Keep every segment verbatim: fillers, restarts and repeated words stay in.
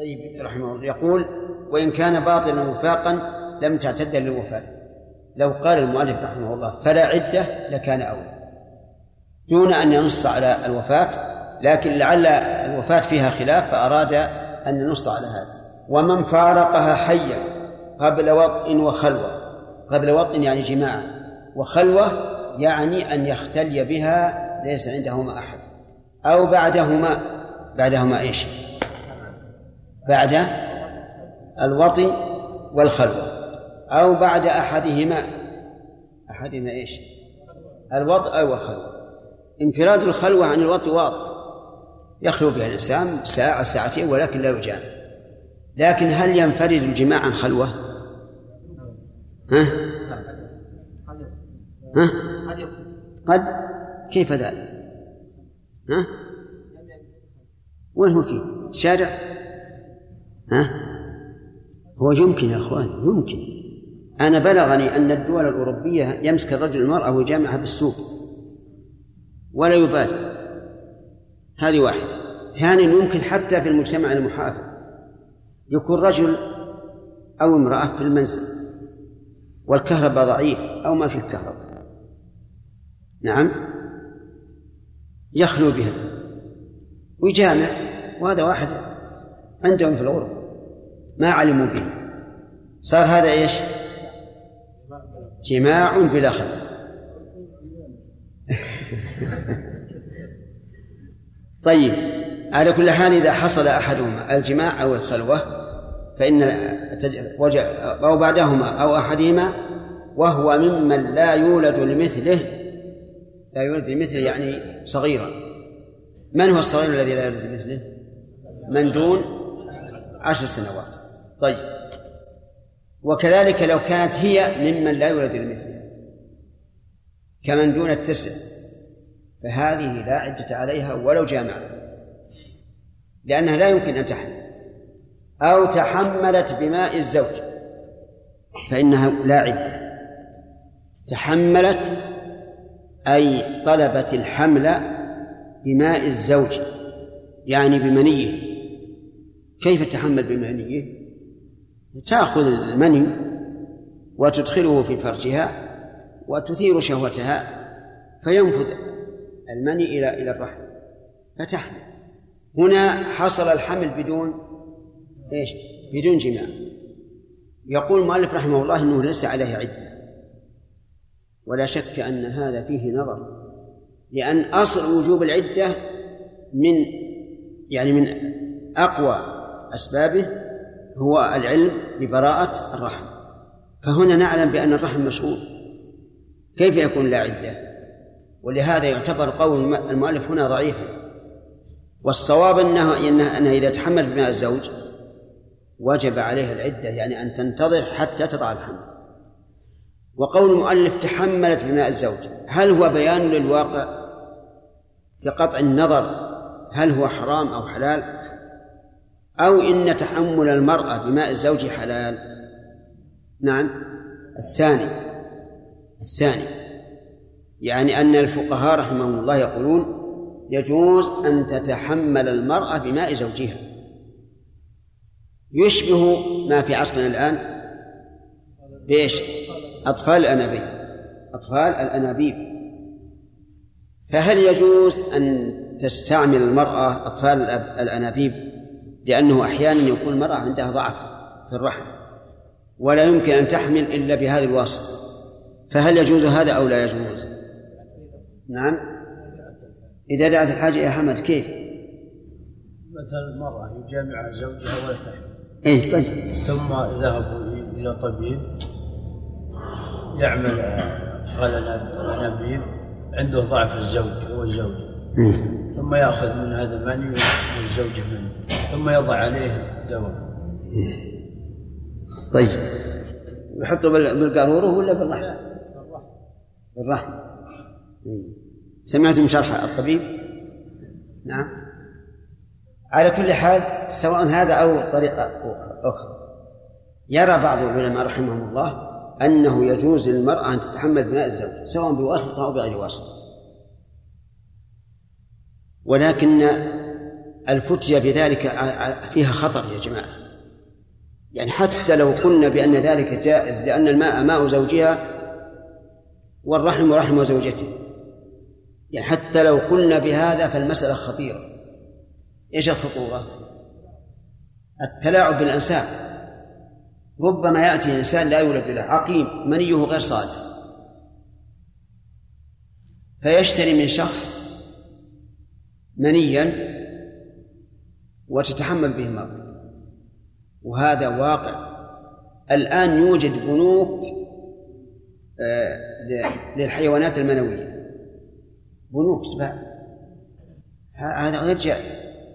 طيب رحمه الله يقول وإن كان باطلا وفاقا لم تعتد للوفاة. لو قال المؤلف رحمه الله فلا عدة لكان أولى دون أن ينص على الوفاة، لكن لعل الوفاة فيها خلاف فأراد أن ينص على هذا. ومن فارقها حيا قبل وطء وخلوة، قبل وطء يعني جماعة، وخلوة يعني أن يختلي بها ليس عندهما أحد، أو بعدهما. بعدهما إيش؟ بعد الوطء والخلوة، أو بعد أحدهما. أحدهما إيش؟ الوطء أو الخلوة. انفراد الخلوة عن الوطء واضح، يخلو بها الإنسان ساعة ساعتين ولكن لا يجامع. لكن هل ينفرد الجماع عن خلوة؟ ها؟ ها؟ قد كيف ذلك؟ ها؟ وين هو فيه؟ شارع؟ ها؟ هو يمكن يا أخوان، يمكن. أنا بلغني أن الدول الأوروبية يمسك الرجل المرأة ويجامعها بالسوق ولا يبالي. هذه واحدة. ثانيا يمكن حتى في المجتمع المحافظ يكون رجل أو امرأة في المنزل والكهرباء ضعيف أو ما في الكهرباء، نعم، يخلو بها ويجامع، وهذا واحد عندهم في الغرب ما علموا به، صار هذا إيش؟ جماع بلا خلوة. طيب على كل حال إذا حصل أحدهما الجماع أو الخلوة فإن أو بعدهما أو أحدهما وهو ممن لا يولد لمثله، لا يولد لمثله يعني صغيرا. من هو الصغير الذي لا يولد لمثله؟ من دون عشر سنوات. طيب وكذلك لو كانت هي ممن لا يولد لمثله كمن دون التسع فهذه لا عدة عليها ولو جامع، لأنها لا يمكن أن تحمل. أو تحملت بماء الزوج فإنها لا عدة. تحملت أي طلبت الحمل بماء الزوج يعني بمنيه. كيف تحمل بمنيه؟ تأخذ المني وتدخله في فرجها وتثير شهوتها فينفذ المني إلى إلى الرحم فتحمل. هنا حصل الحمل بدون إيش؟ بدون جماع. يقول المؤلف رحمه الله إنه ليس عليه عدة، ولا شك أن هذا فيه نظر، لأن أصل وجوب العدة من يعني من أقوى أسبابه هو العلم ببراءة الرحم، فهنا نعلم بأن الرحم مشغول، كيف يكون لا عدة؟ ولهذا يعتبر قول المؤلف هنا ضعيفا، والصواب أنه, أنه إذا تحمل بماء الزوج وجب عليها العدة، يعني أن تنتظر حتى تضع الحمل. وقول المؤلف تحملت بماء الزوج هل هو بيان للواقع بقطع النظر هل هو حرام أو حلال، أو إن تحمل المرأة بماء الزوج حلال؟ نعم الثاني الثاني يعني أن الفقهاء رحمهم الله يقولون يجوز أن تتحمل المرأة بماء زوجها، يشبه ما في عصرنا الآن بإيش؟ أطفال الأنابيب أطفال الأنابيب فهل يجوز أن تستعمل المرأة أطفال الأنابيب؟ لأنه أحيانا يكون المرأة عندها ضعف في الرحم ولا يمكن أن تحمل إلا بهذه الواسطة، فهل يجوز هذا أو لا يجوز؟ نعم إذا دعت الحاجة يا حمد. كيف؟ مثلا المرأة يجامع زوجها ولا تحمل، إيه طيب، ثم ذهبوا إلى طبيب يعمل أطفال الأنابيب عنده ضعف الزوج هو الزوج، ثم يأخذ من هذا المني والزوجة منه ثم يضع عليه دواء. طيب يحطه بالقارورة ولا بالرحم؟ بالرحم. سمعتم شرح الطبيب؟ نعم. على كل حال سواء هذا أو طريقة أخرى يرى بعض العلماء رحمهم الله أنه يجوز للمرأة أن تتحمل بماء الزوج سواء بواسطة أو بغير واسطة، ولكن الفتية بذلك فيها خطر يا جماعة. يعني حتى لو قلنا بأن ذلك جائز لأن الماء ماء زوجها والرحم رحم زوجته، يعني حتى لو قلنا بهذا فالمسألة خطيرة. إيش الخطورة؟ التلاعب بالأنساب. ربما يأتي إنسان لا يولد له عقيم منيه غير صالح، فيشتري من شخص منيا وتتحمل به المرأة، وهذا واقع. الآن يوجد بنوك للحيوانات المنوية، بنوك سباع، هذا غير جائز.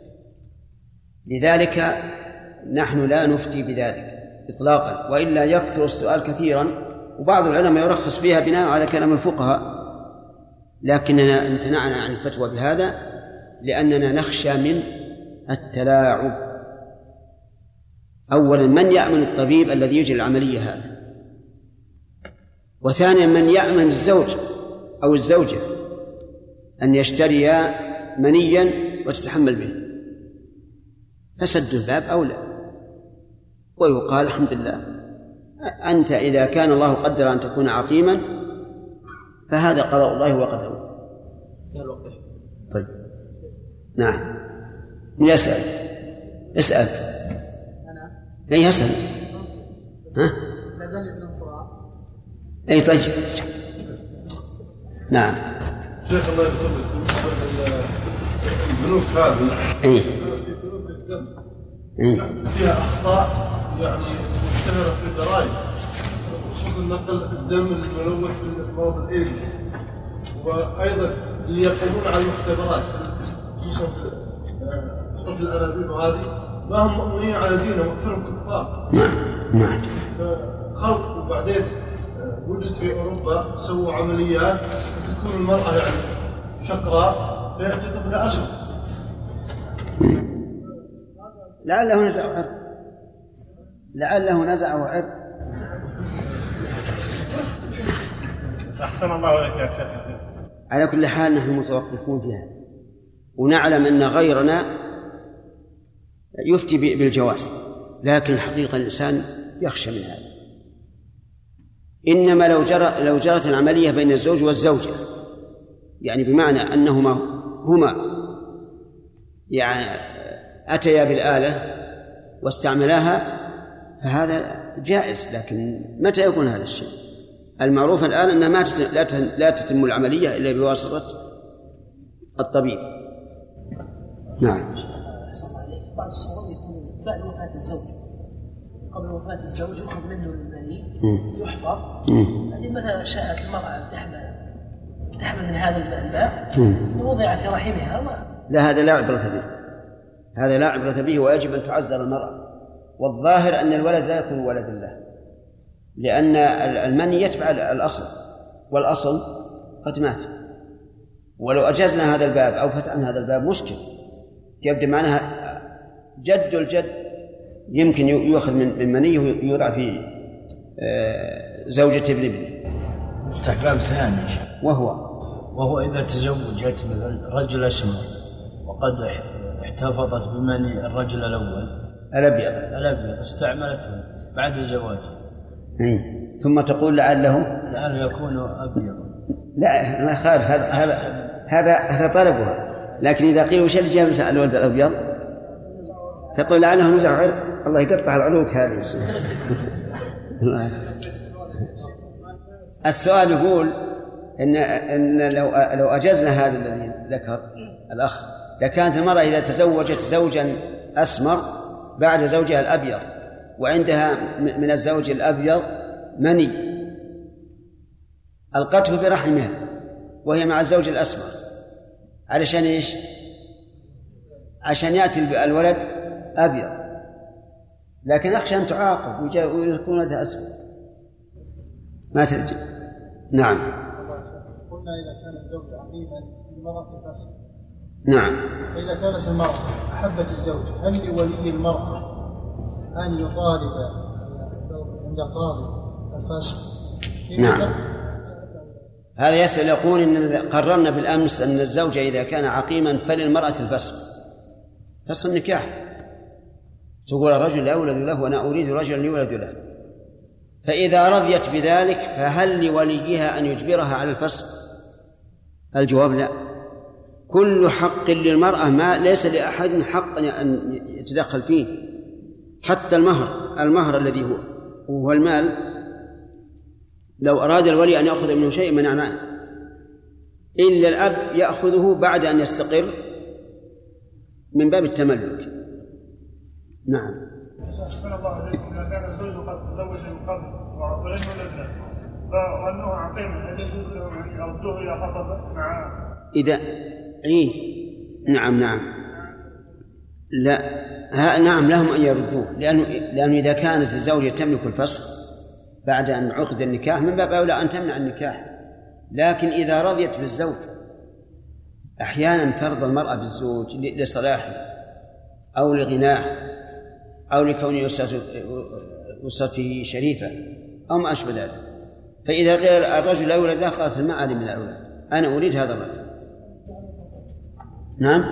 لذلك نحن لا نفتي بذلك إطلاقا، وإلا يكثر السؤال كثيرا، وبعض العلماء يرخص فيها بناء على كلام الفقهاء، لكننا امتنعنا عن الفتوى بهذا لأننا نخشى من التلاعب. أولا من يأمن الطبيب الذي يجري العملية هذا، وثانيا من يأمن الزوج أو الزوجة أن يشتري منيا وتتحمل به، فسد الباب أولى. ويقال الحمد لله أنت إذا كان الله قدر أن تكون عقيما فهذا قضاء الله وقدره. طيب نعم يسأل اسأل أي يسأل ها أي طيب نعم. شيخ الله يطلق بالنسبة للبنوك هذه أي فيها أخطاء يعني مشتهرة في الجرائد، خصوصا نقل الدم الملوث بالأمراض الإيدز، وأيضا اللي يقومون على المختبرات خصوصا في حفظ الأنابيب وهذه ما هم مؤمنين على دينهم وأكثرهم كفار. نعم. خلق وبعدين وجد في أوروبا سووا عمليات تكون المرأة يعني شقراء فيأتي طفلها أسود. لعله نزعه عرض لعله نزعه عرض أحسن الله عليك يا شيخ. على كل حال نحن متوقفون فيها، ونعلم أن غيرنا يفتي بالجواز، لكن الحقيقة الإنسان يخشى من هذا. إنما لو جرى لو جرت العملية بين الزوج والزوجة، يعني بمعنى أنهما هما يعني أتيا بالآلة واستعملاها فهذا جائز، لكن متى يكون هذا الشيء؟ المعروف الآن أن ما لا تتم العملية إلا بواسطة الطبيب. نعم. بعض الصور يكون بعد وفاة الزوج، قبل وفاة الزوج يأخذ منه المني يحفظ، يعني مثلا شاءت المرأة تحمل تحمل من هذا الماء ووضع في رحمها و... لا هذا لا عبرة به، هذا لا عبرة به، ويجب أن تعزر المرأة. والظاهر أن الولد لا يكون ولد الله، لأن المني يتبع الأصل، والأصل قد مات. ولو أجزنا هذا الباب أو فتحنا هذا الباب مشكل، يبدأ معناها جد الجد يمكن يؤخذ من منيه ويوضع في زوجة ابن ابنه. مفتاح باب ثاني وهو وهو إذا تزوجت مثلا رجل أسمر وقد احتفظت بمني الرجل الأول الأبيض الأبيض استعملته بعد الزواج، ثم تقول لعله لعله يكون أبيض. لا ما خالف، هذا هذا هذا هذا طلبها. لكن إذا قيل وش اللي جاب الولد الأبيض تقول لعله نزع عرق. الله يقطع العلوك هذه. السؤال يقول إن إن لو لو أجزنا هذا الذي ذكر الأخ لكانت المرأة إذا تزوجت زوجا أسمر بعد زوجها الأبيض وعندها من الزوج الأبيض مني ألقته في رحمها وهي مع الزوج الأسمر، علشان إيش؟ عشان يأتي الولد أبيض، لكن أخشى أن تعاقب ويكون ولدها أسود ما ترجع. نعم. قلنا إذا كان الزوج عقيما المرأة تفسر. نعم. فإذا كانت المرأة أحبت الزوج هل لولي المرأة أن يطالب عند القاضي الفاسق؟ نعم. هذا يسأل يقول إن قررنا بالأمس أن الزوج إذا كان عقيما فللمرأة الفسق، فسخ النكاح، تقول الرجل لا يولد له وأنا أريد رجلا يولد له. فإذا رضيت بذلك فهل لوليها أن يجبرها على الفسخ؟ الجواب لا. كل حق للمرأة ما ليس لأحد حق أن يتدخل فيه، حتى المهر المهر الذي هو هو المال، لو أراد الولي أن يأخذ منه شيء منعناه، إلا الأب يأخذه بعد أن يستقر من باب التملك. نعم. أحسن الله عليكم. إذا كان الزوج قد تزوج من قبل ولم يولد له وأنه عقيم، هل يجوز له أن يرده إلى خطبه مع إذا إيه؟ نعم نعم لا ها نعم لهم أن يردوه، لأنه لأنه إذا كانت الزوجة تملك الفسخ بعد أن عقد النكاح من باب أولى أن تمنع النكاح. لكن إذا رضيت بالزوج، أحيانا ترضى المرأة بالزوج لصلاحه أو لغناه أو لكون أسرته شريفة أو ما أشبه ذلك، فإذا الرجل لا يولد له قالت ما علي من الأولاد، أنا أريد هذا الرجل. نعم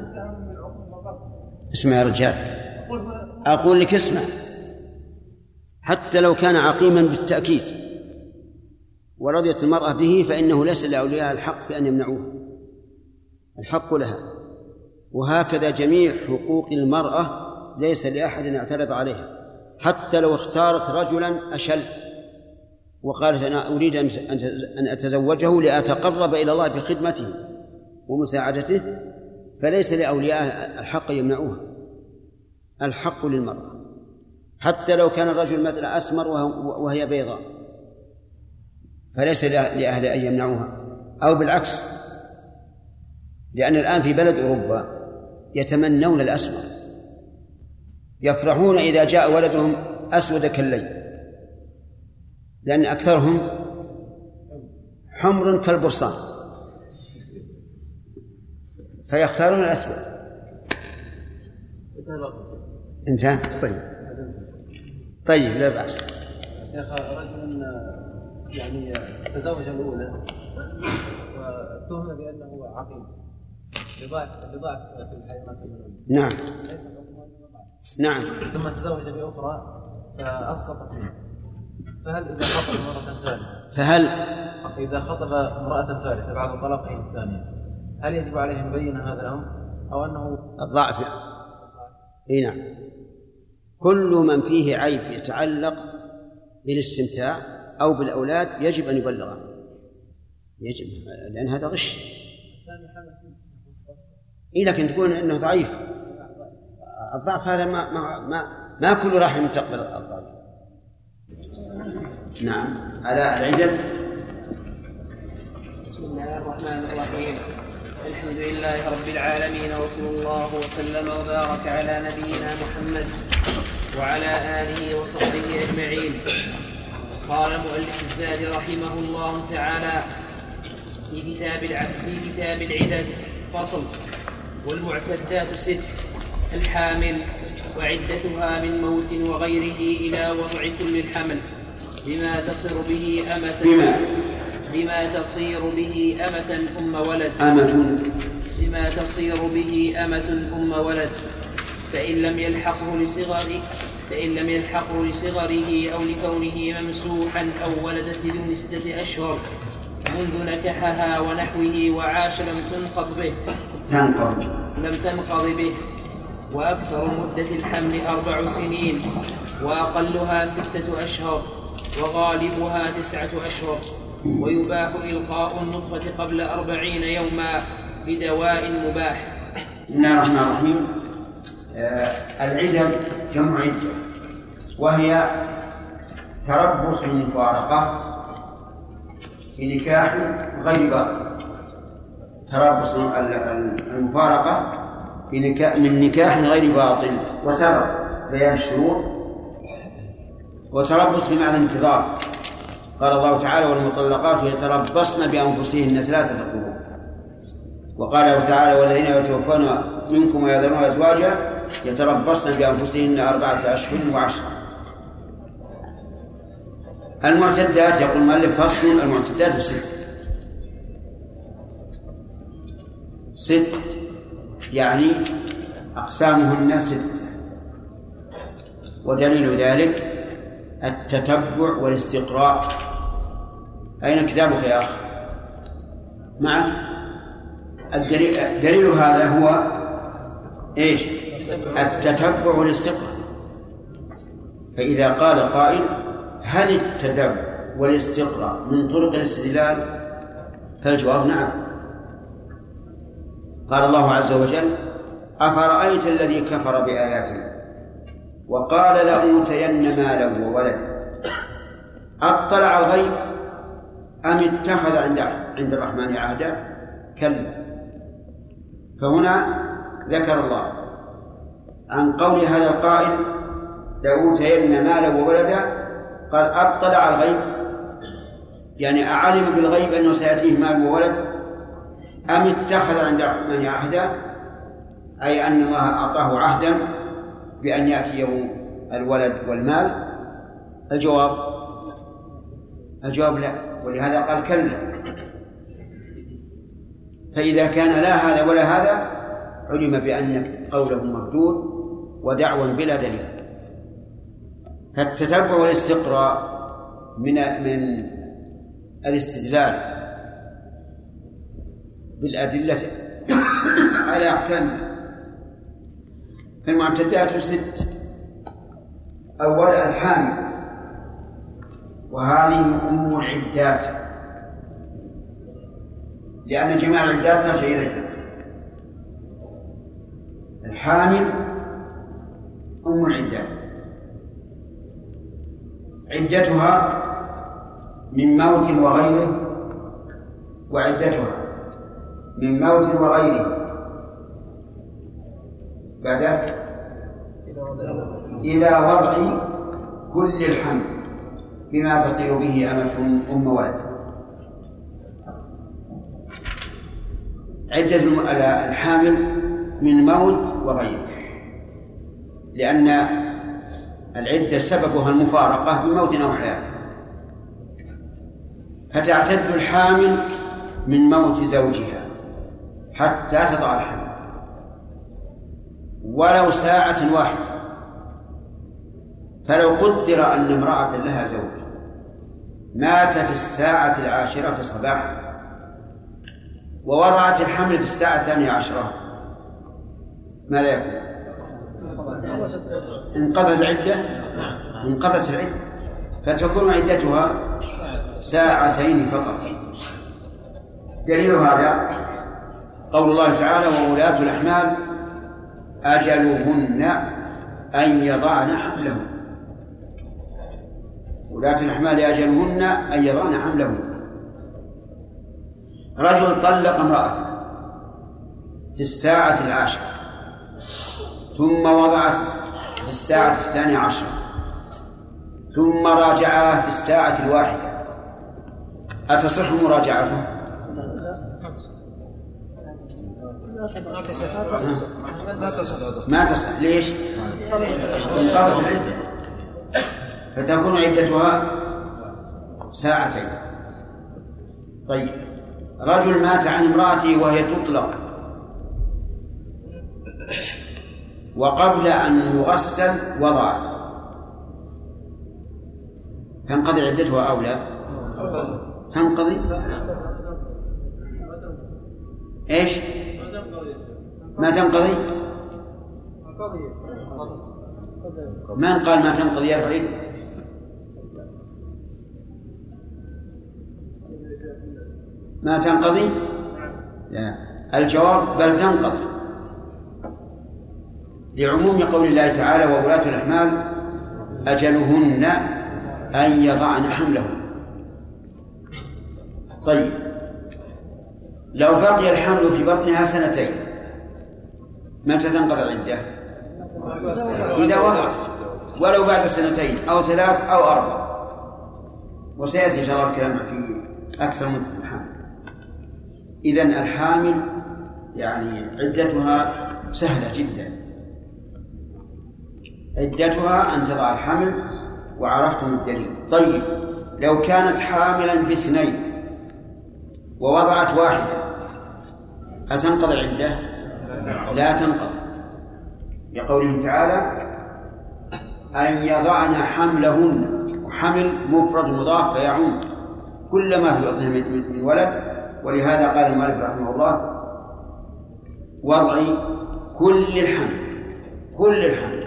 اسمع يا رجال، أقول لك اسمع، حتى لو كان عقيما بالتأكيد ورضيت المرأة به فإنه ليس لأولياء الحق بأن يمنعوه، الحق لها. وهكذا جميع حقوق المرأة ليس لأحد أن يعترض عليها، حتى لو اختارت رجلا أشل وقالت أنا أريد أن أتزوجه لأتقرب إلى الله بخدمته ومساعدته، فليس لأولياء الحق يمنعوها، الحق للمرأة، حتى لو كان الرجل مثلا أسمر وهي بيضاء فليس لأهل أن يمنعوها، أو بالعكس، لأن الآن في بلد أوروبا يتمنون الأسمر، يفرحون إذا جاء ولدهم أسود كالليل، لأن أكثرهم حمر كالبرصان فيختارون الأسود. انتهى. طيب طيب لا بأس. شيخ، رجل يعني تزوج الأولى واتهم بأنه عقيم لضعف لضعف في الحيوانات المنوية. نعم نعم. ثم تزوج بأخرى فأسقطت منه، فهل إذا خطب مرة ثانية فهل إذا خطب امرأة ثالثة بعد طلاقه الثانية هل يجب عليه أن يبين هذا الأمر أو أنه الضعف؟ إيه نعم. كل من فيه عيب يتعلق بالاستمتاع أو بالأولاد يجب أن يبلغه، يجب، لأن هذا غش. إيه لكن تقول إنه ضعيف، الضعف هذا ما ما ما, ما كل رحم تقبل الضعف. نعم. على العجل. بسم الله الرحمن الرحيم، الحمد لله رب العالمين، وصلى الله وسلم وبارك على نبينا محمد وعلى آله وصحبه أجمعين. قال مؤلف الزاد رحمه الله تعالى في كتاب في كتاب العدد: فصل. والمعتدات ست: الحامل وعدتها من موت وغيره إلى وضع كل الحمل بما تصير به أمة بما تصير به أمة أم ولد أمة بما تصير به أمة أم ولد فإن لم يلحقه لصغره فإن لم يلحقه لصغره أو لكونه ممسوحا أو ولدت لدون ستة أشهر منذ نكحها ونحوه وعاش لم تنقض به لم تنقض به وأكثر مدة الحمل أربع سنين وأقلها ستة أشهر وغالبها تسعة أشهر. ويباح إلقاء النطفة قبل أربعين يوما بدواء مباح. بسم الله الرحمن الرحيم. آه العدة جمع عدة، وهي تربص المفارقة في نكاح غير باطل، تربص المفارقة في نكاح من نكاح غير باطل، وسبب بيان الشروط. وتربص بمعنى انتظار، قال الله تعالى: والمطلقات يتربصن بأنفسهن ثلاثة قروء. وقال الله تعالى: والذين يتوفون منكم ويذرون أزواجا يتربصن بأنفسهن أربعة أشهر وعشرة. المعتدات يقول المؤلف: فصل. المعتدات ست ست يعني أقسامهن ستة، ودليل ذلك التتبع والاستقراء. أين كتابك يا أخ؟ معك؟ الدليل دليل هذا هو إيش؟ التتبع والاستقراء. فإذا قال قائل هل التتبع والاستقراء من طرق الاستدلال؟ فالجواب نعم. قال الله عز وجل أفرأيت الذي كفر بآياتنا وقال لأوتين مالا وولدا أطلع الغيب أم اتخذ عند عند الرحمن عهدا؟ كلا. فهنا ذكر الله عن قول هذا القائل لأوتين مالا وولدا، قال أطلع الغيب، يعني أعلم بالغيب أنه سيأتيه مال وولد، أم اتخذ عند الرحمن عهدا، أي أن الله أعطاه عهدا بأن يأتيه الولد والمال. الجواب الجواب لا، ولهذا قال كلا. فإذا كان لا هذا ولا هذا علم بأن قوله مردود ودعوى بلا دليل. فالتتبع والاستقراء من من الاستدلال بالأدلة على أحكامها. المعتدات ست: أولا الحامل، وهذه أم العدات، لأن جميع العدات ترجع إليها. الحامل أم العدات، عدتها من موت وغيره، وعدتها من موت وغيره بعد إلى وضع كل الحمل بما تصير به أمة أم ولد. عدة الحامل من موت وغيره، لأن العدة سببها المفارقة بموت أو حياة، فتعتد الحامل من موت زوجها حتى تضع الحمل ولو ساعة واحدة. فلو قدر أن امرأة لها زوج مات في الساعة العاشرة صباحا ووضعت الحمل في الساعة الثانية عشرة، ماذا يكون؟ انقضت العدة انقضت العدة فتكون عدتها ساعتين فقط. دليل هذا قول الله تعالى وولاة الأحمال أجلهن أن يضعن حملهن. ولاة الأحمال أجلهن أن يضعن حملهن. رجل طلق امرأته في الساعة العاشرة ثم وضعت في الساعة الثانية عشرة ثم راجعها في الساعة الواحدة، أتصح مراجعته؟ ما تصح. ليش؟ انقضت العدة، فتكون عدتها ساعتين. طيب، رجل مات عن امرأته وهي تطلق وقبل أن يغسل وضعت، تنقضي عدتها أو لا؟ تنقضي. إيش؟ ما تنقضي؟ من قال ما تنقضي يا بعيد؟ ما تنقضي؟ لا، الجواب بل تنقضي، لعموم قول الله تعالى وولاة الأحمال أجلهن أن يضعن حملهن. طيب، لو بقي الحمل في بطنها سنتين متى تنقضي العدة؟ إذا وضعت، ولو بعد سنتين أو ثلاث أو أربع، وسيأتي إن شاء الله الكلام في أكثر من الحمل. إذن الحامل يعني عدتها سهلة جدا، عدتها أن تضع الحمل، وعرفتم الدليل. طيب، لو كانت حاملا باثنين ووضعت واحدة أتنقض العدة؟ لا تنقض. لقوله تعالى أن يضعن حملهن، وحمل مفرد مضاف فيعم كل ما في بطنها من ولد. ولهذا قال المؤلف رحمه الله وضع كل الحمل، كل الحمل.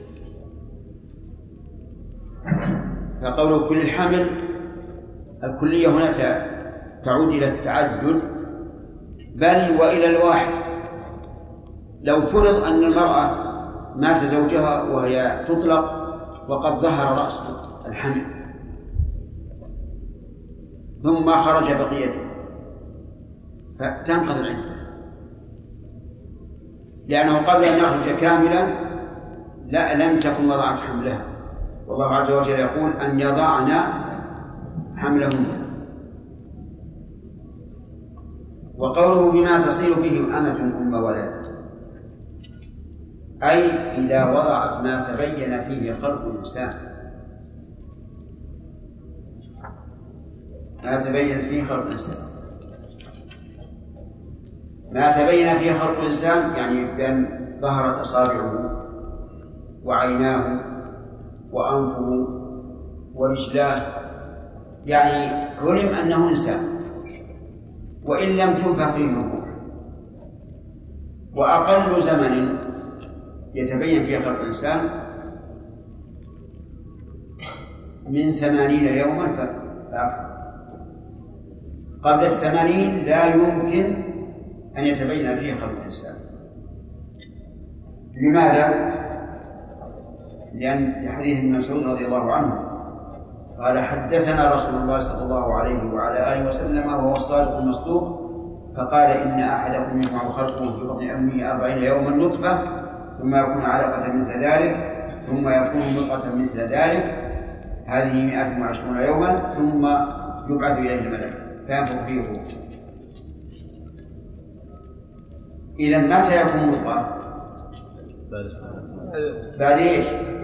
فقوله كل الحمل الكلية هنا تعود إلى التعدد بل وإلى الواحد. لو فرض أن المرأة مات زوجها وهي تطلق وقد ظهر رأس الحمل ثم خرج بقيته فتنقض العدة، لأنه قبل أن يخرج كاملا لا لم تكن وضعت حملها. والله عز وجل يقول أن يضعن حملهن. وقوله بما تصير به أمة أم ولد، أي إذا وضعت ما تبين فيه خلق الإنسان، ما تبين فيه خلق الإنسان، ما تبين فيه خلق الإنسان يعني بأن ظهرت أصابعه وعيناه وأنفه ورجلاه، يعني علم أنه إنسان وإن لم تنفخ فيه الروح. وأقل زمن يتبين فيه خلق الإنسان من ثمانين يوما فأكثر. قبل الثمانين لا يمكن أن يتبين فيه خلق الإنسان. لماذا؟ لأن حديث ابن مسعود رضي الله عنه قال حدثنا رسول الله صلى الله عليه وعلى آله وسلم وهو الصادق المصدوق فقال إن أحدكم يجمع خلقه في بطن أمه أربعين يوما نطفة ثم يكون علقة مثل ذلك ثم يكون مضغة مثل ذلك، هذه مئة وعشرون يوما ثم يبعث إليه الملك فينفخ فيه الروح. إذا متى يكون مضغة؟ بعد إيش؟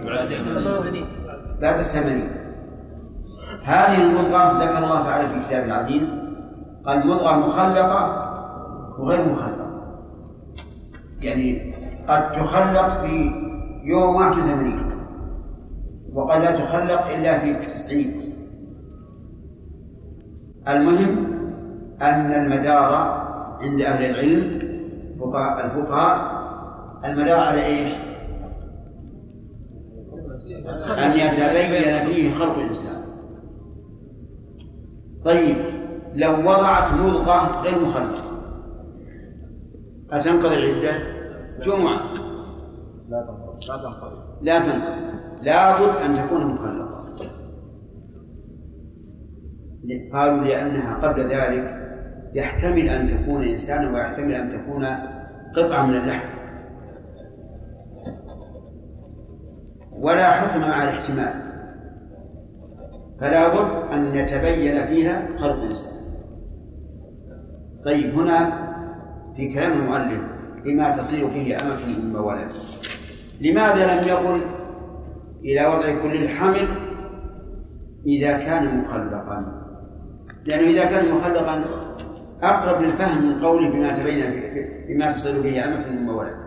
بعد الثمانين. هذه المضغة ذكر الله تعالى في كتابه العزيز قال مضغة مخلقة وغير مخلقة، يعني قد تخلق في يوم واحد وثمانين وقد لا تخلق إلا في تسعين. المهم أن المدار عند أهل العلم الفقهاء المدار على إيش؟ أن يتبين فيه خلق الإنسان. طيب لو وضعت مضغة غير مخلقة أتنقض العدة؟ جمعة لا تنقض، لا تنقض، لابد أن تكون مخلقة. قالوا لأنها قبل ذلك يحتمل أن تكون إنسانا ويحتمل أن تكون قطعة من اللحم، ولا حكم مع الاحتمال، فلا بد أن يتبين فيها خلق الإنسان. طيب هنا في كلام المؤلف بما تصير فيه أمة أم ولد، لماذا لم يقل إلى وضع كل الحمل إذا كان مخلقا؟ لأنه إذا كان مخلقا أقرب للفهم من قوله بما تبين بما تصير فيه أمة أم ولد.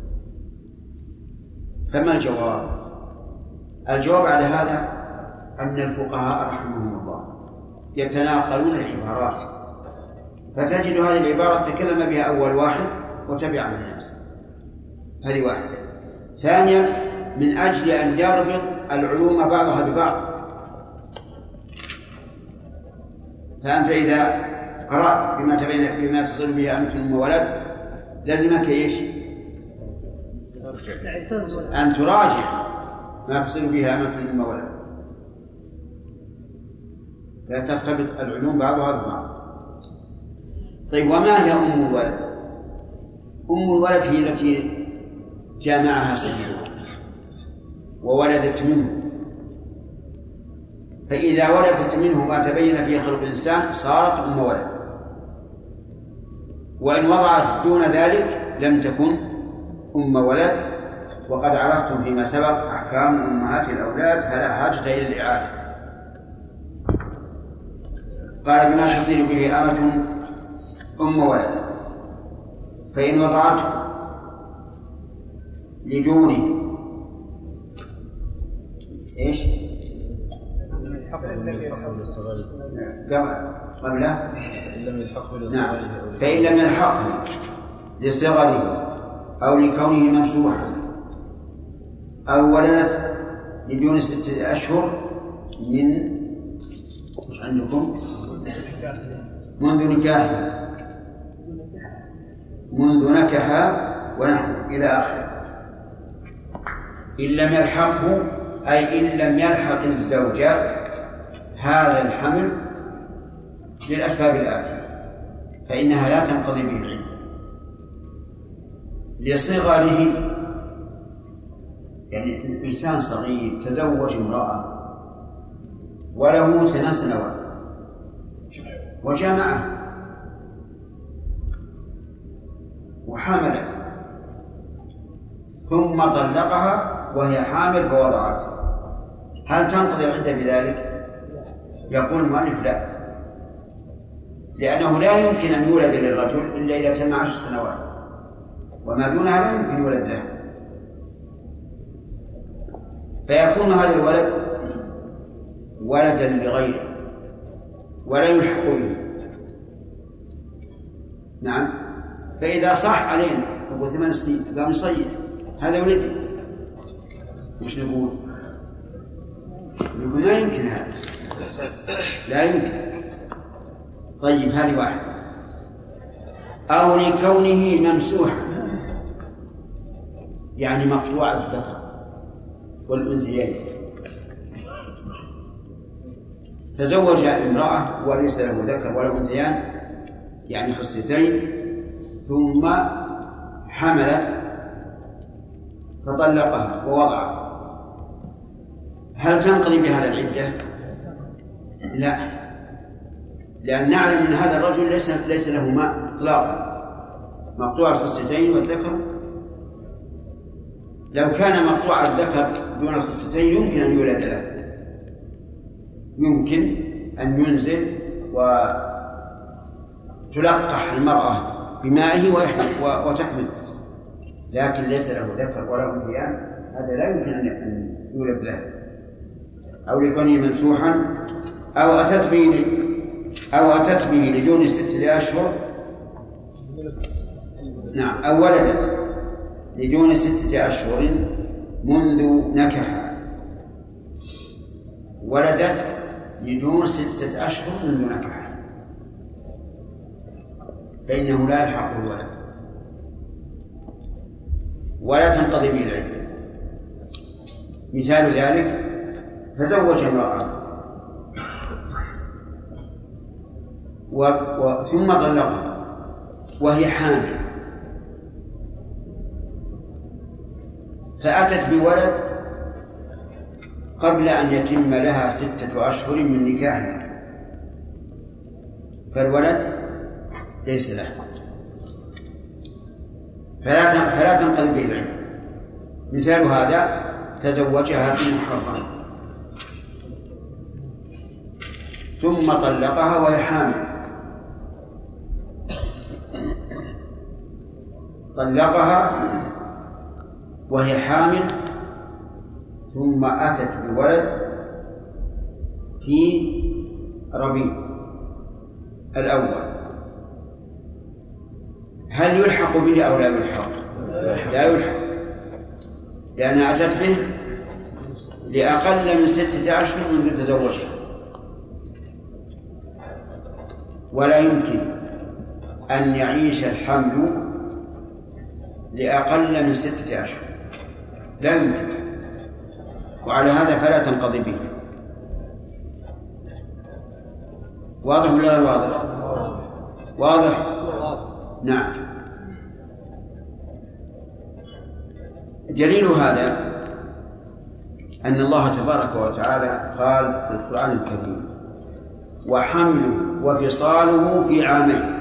فما الجواب؟ الجواب على هذا أن الفقهاء رحمهم الله يتناقلون العبارات، فتجد هذه العبارة تكلم بها أول واحد وتبعها الناس، هذه واحدة. ثانيا من أجل أن يربط العلوم بعضها ببعض، فأنت إذا قرأت بما تبين بما تصل به أمة أم ولد لازمك إيش؟ أن تراجع ما تصل به أمة أم ولد، لا ترتبط العلوم بعضها ببعض. طيب وما هي أم الولد؟ أم الولد هي التي جامعها سيدها وولدت منه، فإذا ولدت منه ما تبين فيه خلق الإنسان صارت أم ولد، وإن وضعت دون ذلك لم تكن أم ولد. وقد عرفتم فيما سبق أحكام أمهات الأولاد فلا حاجة إلى الإعادة. قال بما تصير به أمة أم ولد، فإن وضعته لدونه ايش؟ قبله نعم، فإن لم يلحقه لصغره أو لكونه ممسوحا أو ولدت لدون ستة أشهر من وش عندكم؟ منذ نكاحها منذ نكحها ونحن إلى آخره. إن لم يلحقه أي إن لم يلحق الزوجة هذا الحمل للأسباب الآتية فإنها لا تنقضي به العدة. لصغره، يعني الإنسان صغير تزوج امرأة وله ثمان سنوات وجامعه وحملت ثم طلقها وهي حامل فوضعت، هل تنقضي العدة بذلك؟ يقول المؤلف لا، لأنه لا يمكن أن يولد للرجل إلا إذا تم عشر سنوات وما دونها لا يمكن يولد له، فيكون هذا الولد ولدا لغيره ولا يلحق به. نعم، فإذا صح علينا أبو ثمان سنين قام يصيح هذا ولدي، مش نقول نقول لا يمكن هذا، لا يمكن. طيب هذه واحدة. أو لكونه ممسوحا يعني مقطوع الذكر والأنثيين، تزوج امرأة وليس له ذكر ولا أنثيان يعني خصيتين ثم حملت فطلقها ووضعت، هل تنقضي بهذا العدة؟ لا، لأن نعلم أن هذا الرجل ليس ليس له ماء إطلاقا، مقطوع الخصيتين والذكر. لو كان مقطوع الذكر دون الخصيتين يمكن أن يولد له، يمكن أن ينزل وتلقح المرأة بمائه وتحمل، لكن ليس له ذكر ولا أنثيان، هذا لا يمكن أن يولد له. أو لكونه ممسوحا أو أتت به أو أتت به لدون ستة أشهر، نعم، أو ولدت لدون ستة أشهر منذ نكح، ولدت لدون ستة أشهر منذ نكح، فإنه لا يلحق الولد ولا تنقضي به العدة. مثال ذلك تزوج امرأة و... و... ثم طلقها وهي حامل، فأتت بولد قبل أن يتم لها ستة أشهر من نكاحها، فالولد ليس له، فلا فلا تنقضي به العدة. مثال هذا تزوجها في محرم ثم طلقها وهي حامل، طلقها وهي حامل ثم أتت بولد في ربيع الأول، هل يلحق به أو لا يلحق؟ لا يلحق، لأنها أتت به لأقل من ستة أشهر منذ تزوجها، ولا يمكن أن يعيش الحمل لأقل من ستة أشهر، لا يمكن، وعلى هذا فلا تنقضي به. واضح ولا غير واضح؟ واضح؟ نعم. دليل هذا أن الله تبارك وتعالى قال في القرآن الكريم: وحمله وفصاله في عامين،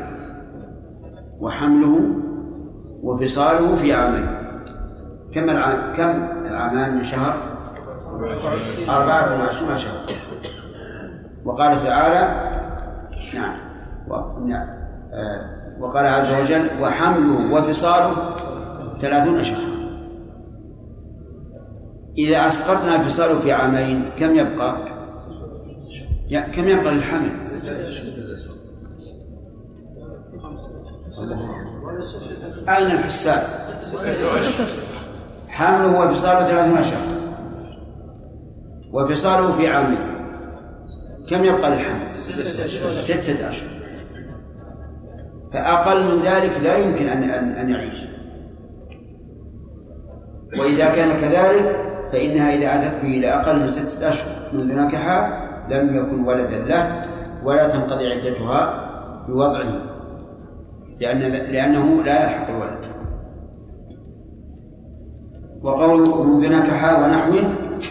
وحمله وفصاله في عامين. كم العام؟ كم العامان من شهر؟ أربعة وعشرين شهر. وقال تعالى نعم نعم وقال عز وجل: وحمله وفصاله ثلاثون شهرا. إذا أسقطنا فصاله في عامين كم يبقى؟ كم يبقى للحمل؟ أين الحساب؟ حمله وفصاله ثلاثون شهر وفصاله في عامين، كم يبقى للحمل؟ ستة أشهر. فأقل من ذلك لا يمكن أن أن يعيش. وإذا كان كذلك فإنها إذا أتت به إلى أقل من ستة أشهر منذ نكحها لم يكن ولدا له ولا تنقضي عدتها بوضعه، لأن لأنه لا يلحق الولد. وقوله منذ نكحها ونحوه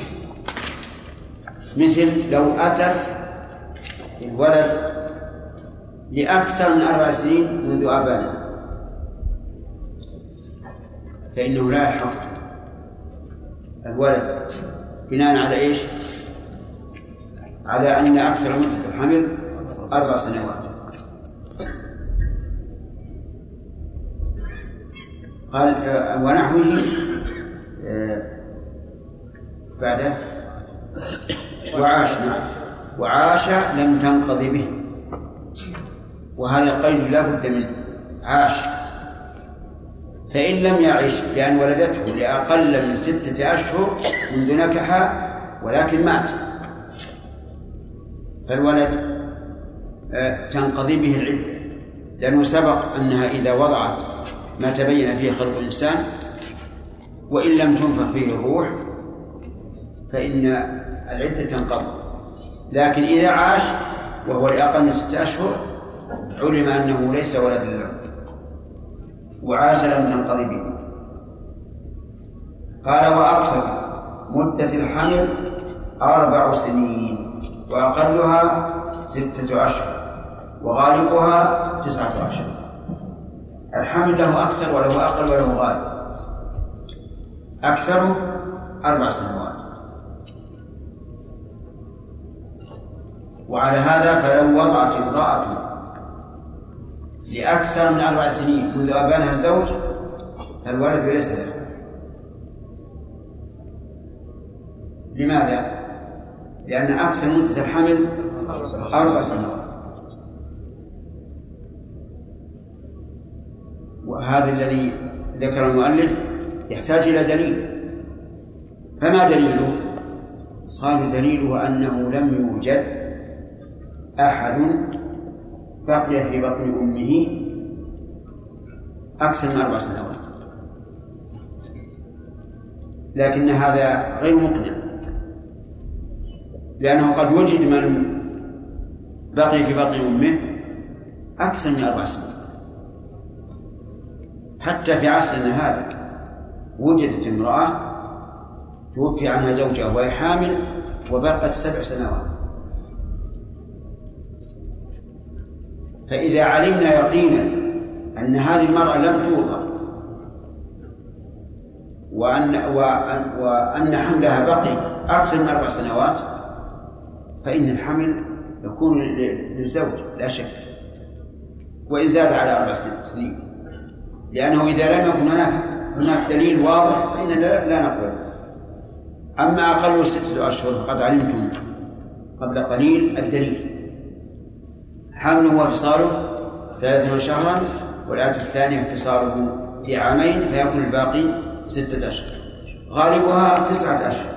مثل لو أتت الولد لأكثر من أربع سنين منذ آبانه فإنه لا يلحق الولد بناء على إيش؟ على أن أكثر مدة الحمل أربع سنوات. قال ونحوه بعده وعاش نعم وعاش لم تنقضي به، وهذا قيد لا بد منه. عاش فإن لم يعش بأن ولدته لأقل من ستة أشهر منذ نكحها ولكن مات فالولد تنقضي به العدة، لأنه سبق أنها إذا وضعت ما تبين فيه خلق الإنسان وإن لم تنفخ فيه الروح فإن العدة تنقضي. لكن إذا عاش وهو لأقل من ستة أشهر علم أنه ليس ولد له وعاش لم تنقضي به. قال وأكثر مدة الحمل أربع سنين وأقلها ستة أشهر وغالبها تسعة أشهر. الحمل له أكثر وله أقل وله غالب. أكثره أربع سنوات. وعلى هذا فلو وضعت امرأة لأكثر من أربع سنين منذ أبانها الزوج فالولد ليس له. لماذا؟ لأن أكثر مدة الحمل أربع سنوات. وهذا الذي ذكر المؤلف يحتاج إلى دليل. فما دليله؟ قالوا دليله أنه لم يوجد أحد بقي في بطن أمه أكثر من أربع سنوات، لكن هذا غير مقنع، لأنه قد وجد من بقي في بطن أمه أكثر من أربع سنوات. حتى في عصرنا هذا وجدت امرأة توفي عنها زوجها وهي حامل وبقت سبع سنوات. فإذا علمنا يقينا أن هذه المرأة لم توضع وأن, وأن, وأن حملها بقي أكثر من أربع سنوات فإن الحمل يكون للزوج لا شك، وإن زاد على أربع سنين، لأنه إذا لم يكن هناك هناك دليل واضح فإننا لا نقبل. أما أقل ستة أشهر فقد علمتم قبل قليل الدليل. حمله وفصاله ثلاثون شهرا والآية الثانية فصاله في عامين فيكون الباقي ستة أشهر. غالبها تسعة أشهر،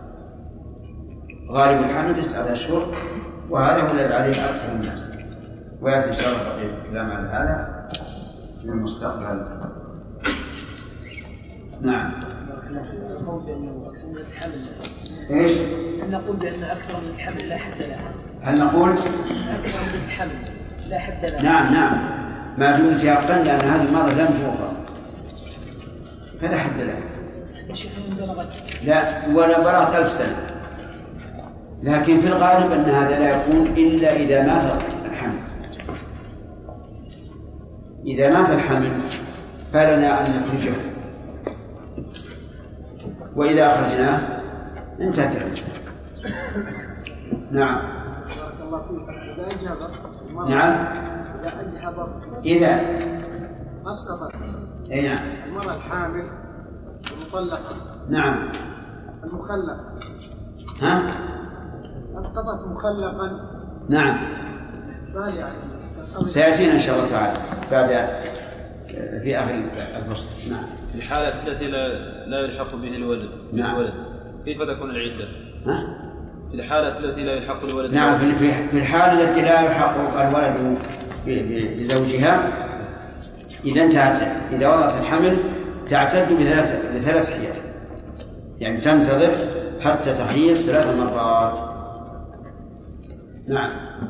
غالب الحمل تسعة أشهر، وهذا هو الذي عليه أكثر الناس. ويأتي إن شاء الله بقية الكلام على هذا في المستقبل. نعم. نقول بأنه أكثر من الحمل. إيش؟ نقول بأن أكثر من الحمل لا حد لها. هل نقول؟ أكثر من الحمل لا حد لها. نعم نعم، ما دمت يقن لأن هذه المرة لم توقع فلا حد لها. لا ولا بلغت ألف سنة، لكن في الغالب أن هذا لا يكون إلا إذا مات الحمل. إذا مات الحمل فلنا أن نخرجه، وإذا أخرجناه انتهت العدة. نعم. إذا أجهضت نعم. إذا أجهضت إذا أسقطت أي نعم المرأة الحامل المطلقة نعم المخلق. ها؟ أسقطت مخلقا. نعم. يعني سيأتينا إن شاء الله تعالى بعد في آخر الفصل. نعم. في الحالة التي لا لا يلحق به الولد. نعم. الولد. كيف تكون العدة؟ ها؟ في الحالة التي لا يلحق الولد. نعم، في في الحالة التي لا يلحق الولد بزوجها إذا انتهت، إذا وضعت الحمل تعتد بثلاث بثلاث حيض، يعني تنتظر حتى تحيض ثلاث مرات. نعم.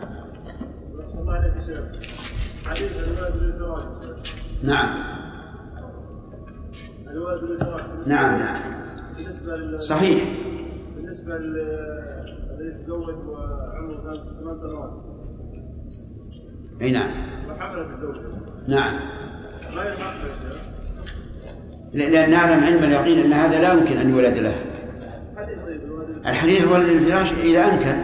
نعم. نعم نعم صحيح. بالنسبة للذي يتزوج وعمره ثمان سنوات. اي نعم. وحمل بزوجه. نعم. ما يلحق به. لأن نعلم علم اليقين أن هذا لا يمكن أن يولد له. الحديث هو الفراش إذا أمكن،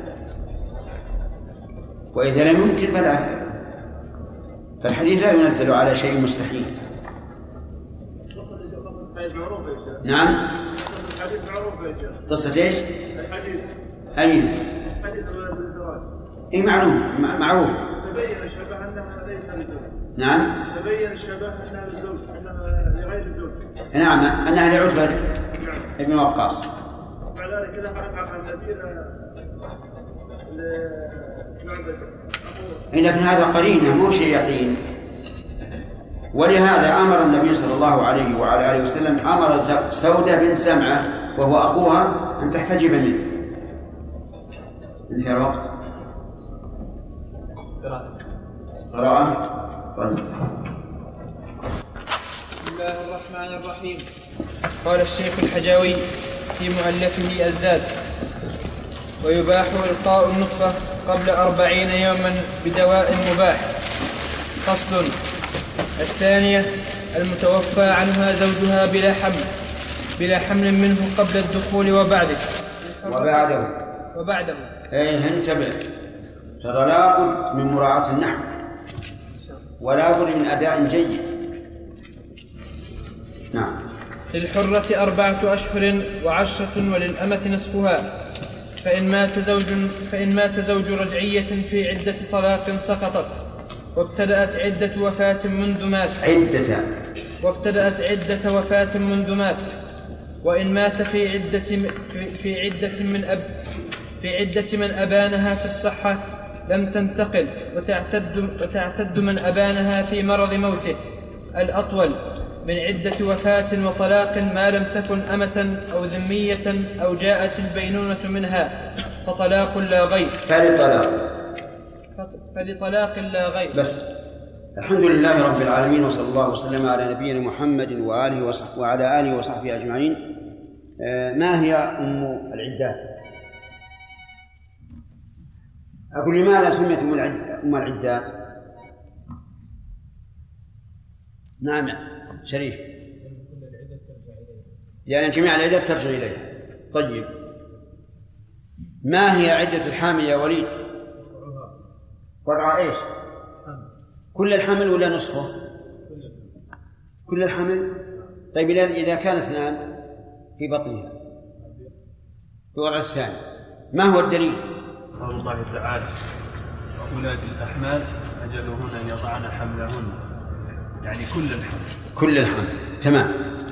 وإذا لم يمكن فلا، فالحديث لا ينزل على شيء مستحيل. قصة الحديث معروفة يا شيخ. نعم. قصة الحديث معروفة يا شيخ. قصة إيش؟ الحديث. أي. الحديث الولد بالفراش. إيه معلوم معروف. تبين الشبه أنها ليس للزوج. نعم. تبين الشبه أنها للزوج، أنها لغير الزوج. نعم، أنها لعتبة ابن وقاص. مع ذلك إذا حقق النبي لكن هذا قرينه مو شيء يقين، ولهذا أمر النبي صلى الله عليه وعلى آله وسلم أمر سودة بن سمعة وهو أخوها أن تحتجب منه. انتهى الوقت. قراءة. بسم الله الرحمن الرحيم. قال الشيخ الحجاوي في مؤلفه الزاد: ويباح إلقاء النطفة قبل أربعين يوما بدواء مباح. فصل. الثانية: المتوفى عنها زوجها بلا حمل بلا حمل منه قبل الدخول وبعده وبعده وبعده ايه انتبه، ترى لا بد من مراعاة النحو ولا بد من أداء جيد. نعم. للحرة أربعة أشهر وعشرة وللأمة نصفها، فإن مات زوج فإن مات زوج رجعية في عدة طلاق سقطت وابتدأت عدة وفاة منذ مات عدة وابتدأت عدة وفاة منذ مات وإن مات في عدة في عدة من أب في عدة من أبانها في الصحة لم تنتقل وتعتد وتعتد من أبانها في مرض موته الأطول من عدة وفاة وطلاق ما لم تكن أمة أو ذمية أو جاءت البينونة منها فطلاق لا غير فلطلاق فلطلاق لا غير. بس. الحمد لله رب العالمين، وصلى الله وسلم على نبينا محمد وآله وصحبه وعلى آله وصحبه أجمعين. ما هي أم العدات؟ أقول لماذا سميت أم العدات؟ نعم شريف، لأن جميع العدات ترجع إليها. طيب، ما هي عدة الحامل يا وليد؟ وضع إيش؟ كل الحمل ولا نصفه؟ كل الحمل. طيب إذا كان اثنان في بطنها في وضع الثاني، ما هو الدليل؟ قول الله تعالى: وأولاة الأحمال أجلهن أن يضعن حملهن، يعني كل الحمل. كل الحمل، تمام.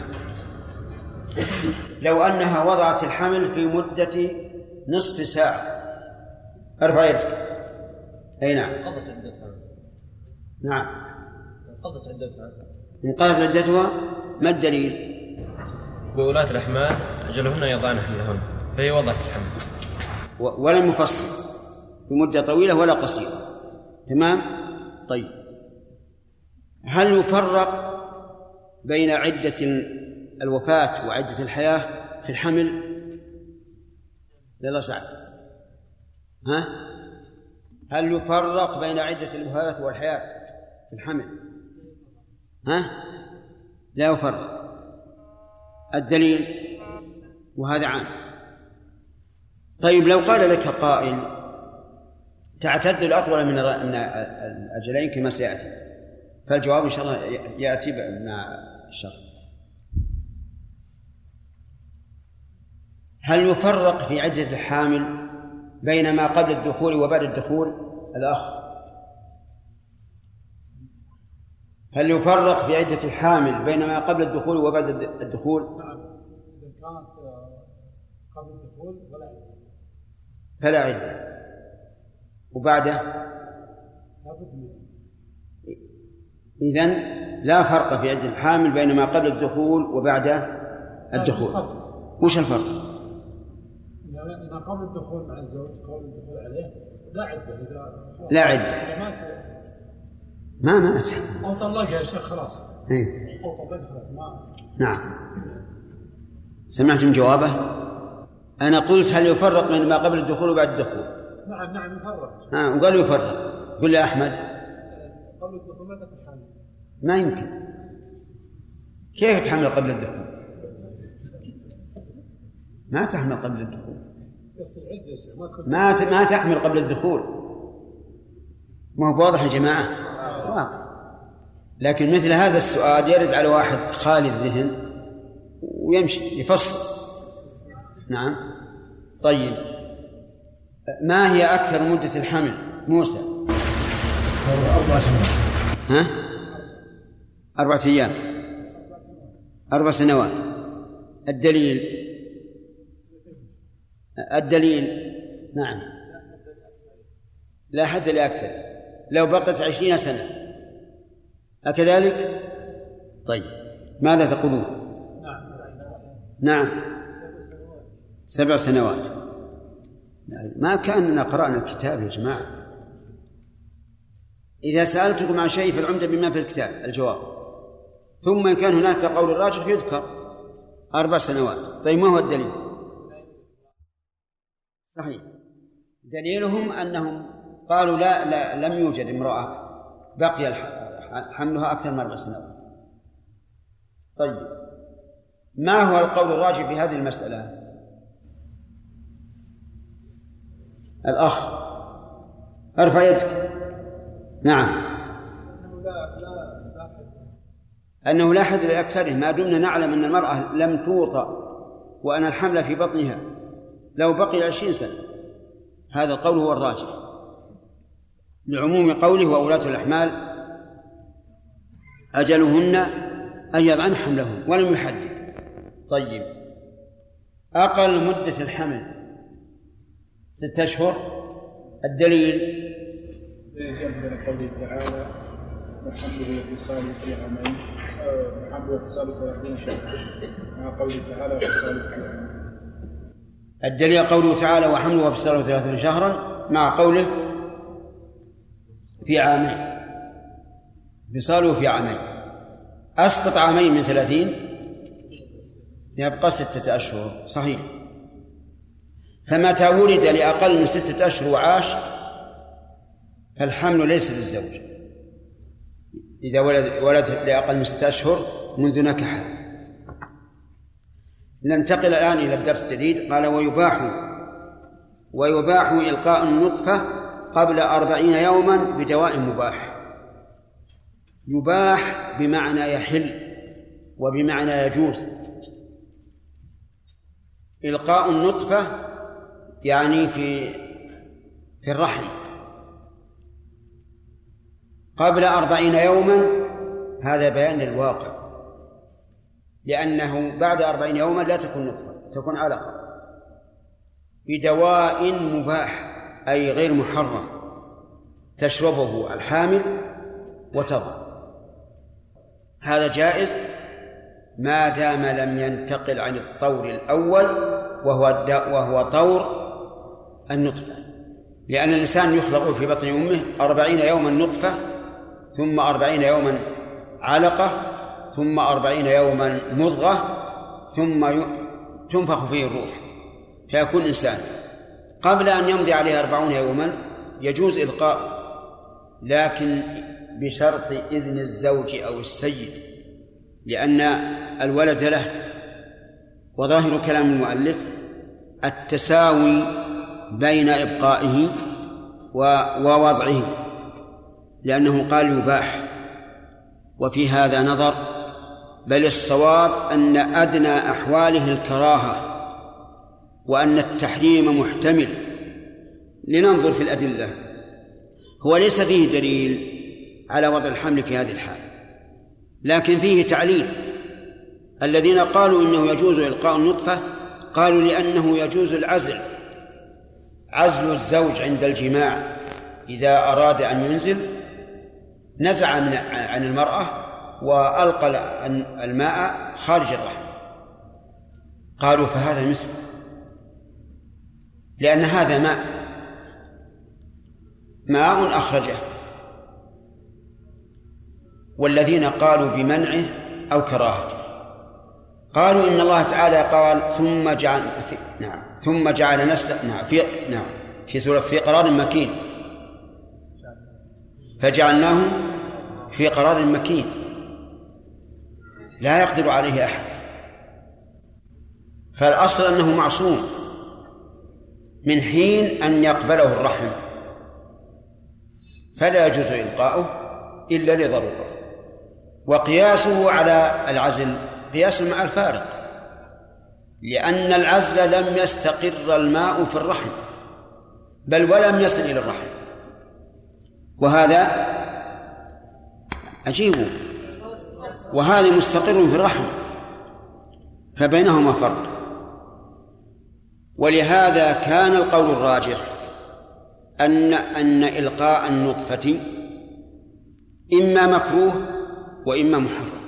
لو أنها وضعت الحمل في مدة نصف ساعة، ارفع يدك. أي نعم. انقضت عدتها. نعم. انقضت عدتها. انقضت عدتها، ما الدليل؟ وأولاة الأحمال أجلهن يضعن حملهن، فهي وضعت الحمل. ولم يفصل بمدة طويلة ولا قصيرة. تمام. طيب، هل يفرق بين عدة الوفاة وعدة الحياة في الحمل؟ لا سعد. ها؟ هل يفرق بين عدة الوفاة والحياة في الحمل؟ ها؟ لا يفرق. الدليل؟ وهذا عام. طيب، لو قال لك قائل تعتد الأطول من الأجلين كما سيأتي، فالجواب إن شاء الله يأتي مع الشرح. هل يفرق في عدة الحامل بين ما قبل الدخول وبعد الدخول؟ الأخ، هل يفرق في عدة الحامل بين ما قبل الدخول وبعد الدخول؟ نعم، إذا كانت قبل الدخول ولا عدة فلا عدة، وبعده إذن لا فرق في عدة الحامل بين ما قبل الدخول وبعد الدخول. وش الفرق؟ إذا قبل الدخول مع الزوج قبل الدخول عليه لا عدة، إذا لا عدة مات ما مات أو طلقها يا شيخ خلاص. إيه؟ أو طلقها خلاص ما. نعم. سمعتم جوابه؟ أنا قلت هل يفرق بين ما قبل الدخول وبعد الدخول؟ نعم نعم يفرق. ها وقال يفرق. قل يا أحمد. قبل الدخول ما تحمل. ما يمكن. كيف تحمل قبل الدخول؟ ما تحمل قبل الدخول. ما ما تحمل قبل الدخول. ما هو واضح يا جماعة؟ واضح. لكن مثل هذا السؤال يرد على واحد خالي الذهن ويمشي يفصل. نعم. طيب ما هي أكثر مدة الحمل موسى؟ أربع سنوات. ها؟ أربعة أيام. أربع سنوات. الدليل الدليل نعم لا حد لأكثر. لو بقت عشرين سنة أكذلك؟ طيب ماذا تقولون؟ نعم سبع سنوات. ما كاننا قرأنا الكتاب يا جماعة. إذا سألتكم عن شيء فالعمدة بما في الكتاب الجواب، ثم إن كان هناك قول الراجح يذكر أربع سنوات. طيب ما هو الدليل؟ صحيح، دليلهم أنهم قالوا لا, لا لم يوجد امرأة بقي حملها أكثر من أربع سنوات. طيب ما هو القول الراجح في هذه المسألة؟ الأخ ارفع يدك. نعم أنه لا حد لأكثره، ما دمنا نعلم أن المرأة لم توطأ وأن الحمل في بطنها لو بقي عشرين سنة. هذا القول هو الراجح لعموم قوله وأولاة الأحمال أجلهن أن يضعن حملهن ولم يحدد. طيب أقل مدة الحمل ستة أشهر. الدليل من قوله تعالى وحمله وفصاله في عامين وحمله وفصاله ثلاثين شهرا مع قوله تعالى وفصاله في عامين. الدليل قوله تعالى وحمله وفصاله ثلاثين شهرا مع قوله في عامين، فصاله في عامين. أسقط عامين من ثلاثين يبقى ستة أشهر. صحيح. فمتى ولد لأقل من ستة أشهر وعاش فالحمل ليس للزوج. إذا ولد, ولد لأقل من ستة أشهر منذ نكحه. ننتقل الآن إلى الدرس الجديد. قال ويباح ويباح إلقاء النطفة قبل أربعين يوما بدواء مباح. يباح بمعنى يحل وبمعنى يجوز. إلقاء النطفة يعني في في الرحم قبل أربعين يوما، هذا بيان للواقع، لأنه بعد أربعين يوما لا تكون نطفة، تكون علقة بدواء مباح أي غير محرم تشربه الحامل وتضع. هذا جائز ما دام لم ينتقل عن الطور الأول وهو وهو طور النطفة، لأن الإنسان يخلق في بطن أمه أربعين يوما نطفة، ثم أربعين يوما علقة، ثم أربعين يوما مضغة، ثم تنفخ فيه الروح فيكون إنسان. قبل أن يمضي عليه أربعون يوما يجوز إلقاء، لكن بشرط إذن الزوج أو السيد، لأن الولد له. وظاهر كلام المؤلف التساوي بين إبقائه ووضعه، لأنه قال يباح، وفي هذا نظر، بل الصواب أن أدنى أحواله الكراهة وأن التحريم محتمل. لننظر في الأدلة. هو ليس فيه دليل على وضع الحمل في هذه الحال، لكن فيه تعليل. الذين قالوا إنه يجوز إلقاء النطفة قالوا لأنه يجوز العزل، عزل الزوج عند الجماع إذا أراد أن ينزل نزع من عن المرأة وألقى الماء خارج الرحم. قالوا فهذا مثل، لأن هذا ماء ماء أخرجه. والذين قالوا بمنعه أو كراهته قالوا إن الله تعالى قال ثم جعل في نعم ثم جعل نسلا نعم في نعم في سورة في قرار مكين، فجعلناه في قرار مكين لا يقدر عليه أحد. فالأصل أنه معصوم من حين أن يقبله الرحم، فلا يجوز إلقاؤه إلا لضرورة. وقياسه على العزل قياس مع الفارق، لأن العزل لم يستقر الماء في الرحم بل ولم يصل إلى الرحم، وهذا عجيب، وهذا مستقر في الرحم، فبينهما فرق. ولهذا كان القول الراجح أن أن إلقاء النطفة إما مكروه وإما محرم،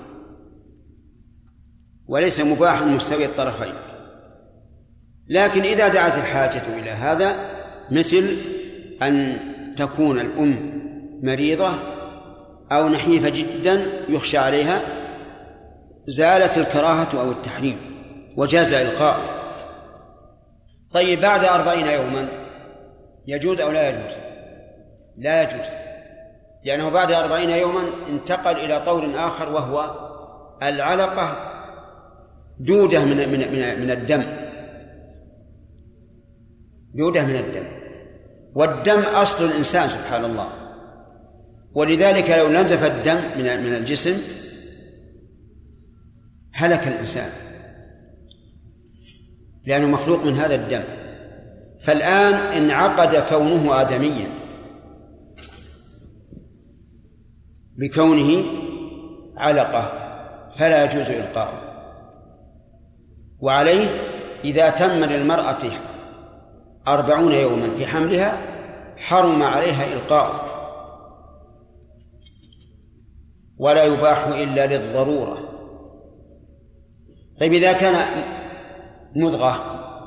وليس مباحا مستوي الطرفين. لكن إذا دعت الحاجة إلى هذا، مثل أن تكون الأم مريضة أو نحيفة جدا يخشى عليها، زالت الكراهة أو التحريم وجاز إلقاء. طيب بعد أربعين يوما يجوز أو لا يجوز؟ لا يجوز، لأنه بعد أربعين يوما انتقل إلى طور آخر، وهو العلقة دودة من من من, من الدم، دودة من الدم، والدم أصل الإنسان سبحان الله. ولذلك لو نزف الدم من من الجسم هلك الإنسان، لأنه مخلوق من هذا الدم. فالآن انعقد كونه آدميا بكونه علقة، فلا يجوز إلقاؤه. وعليه إذا تم للمرأة أربعون يوما في حملها حرم عليها إلقاؤه، ولا يباح إلا للضرورة. طيب إذا كان مضغة،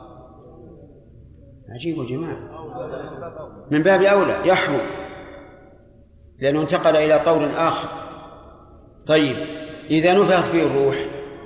عجيب يا جماعة، من باب أولى يحرم، لأنه انتقل إلى طور آخر. طيب إذا نفخت فيه الروح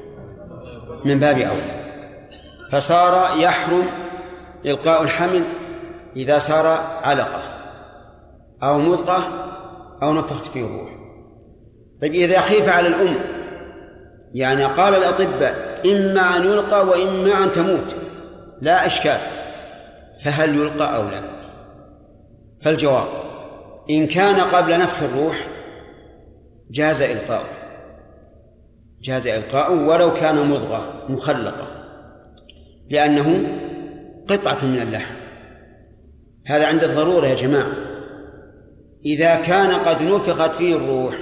من باب أولى، فصار يحرم إلقاء الحمل إذا صار علقة أو مضغة أو نفخت فيه الروح. طيب إذا خيف على الأم، يعني قال الأطباء إما أن يلقى وإما أن تموت لا إشكال، فهل يلقى أو لا؟ فالجواب إن كان قبل نفخ الروح جاز إلقاؤه، جاز إلقاؤه ولو كان مضغة مخلقة، لأنه قطعة من اللحم. هذا عند الضرورة يا جماعة. إذا كان قد نفخت فيه الروح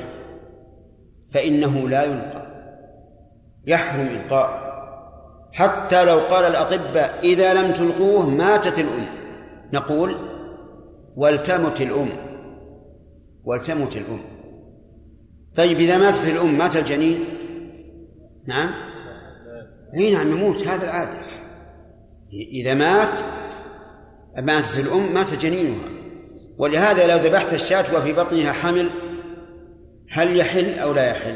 فإنه لا يلقى، يحرم إلقاء، حتى لو قال الأطباء إذا لم تلقوه ماتت الأم، نقول ولتمت الأم، ولتمت الأم. طيب إذا ماتت الأم مات الجنين؟ نعم أي نعم يموت، هذا العادة. إذا مات ماتت الأم مات جنينها. ولهذا لو ذبحت الشاة وفي بطنها حمل هل يحل أو لا يحل؟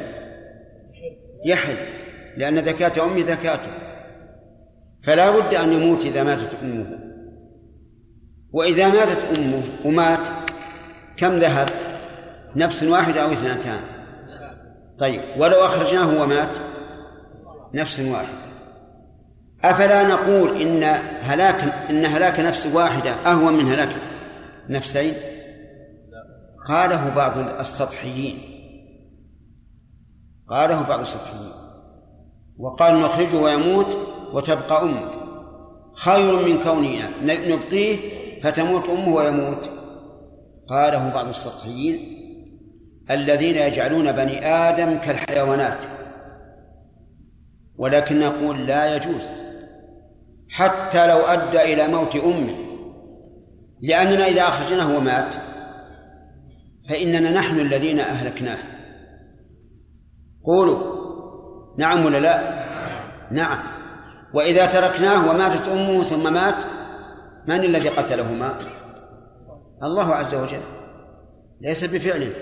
يحل، لأن ذكاة أمي ذكاته، فلا بد أن يموت إذا ماتت أمه. وإذا ماتت أمه ومات كم ذهب؟ نفس واحدة أو اثنتان. طيب ولو أخرجناه ومات نفس واحدة، أفلا نقول إن هلاك إن هلاك نفس واحدة أهون من هلاك نفسين؟ قاله بعض السطحيين، قاله بعض السطحيين وقال نخرجه ويموت وتبقى أمه. خير من كوننا نبقيه فتموت أمه ويموت؟ قاله بعض السطحيين الذين يجعلون بني آدم كالحيوانات، ولكن نقول لا يجوز حتى لو أدى إلى موت أمه، لأننا إذا أخرجناه ومات فإننا نحن الذين أهلكناه. قولوا نعم ولا لا؟ نعم. وإذا تركناه وماتت أمه ثم مات، من الذي قتلهما؟ الله عز وجل، ليس بفعله،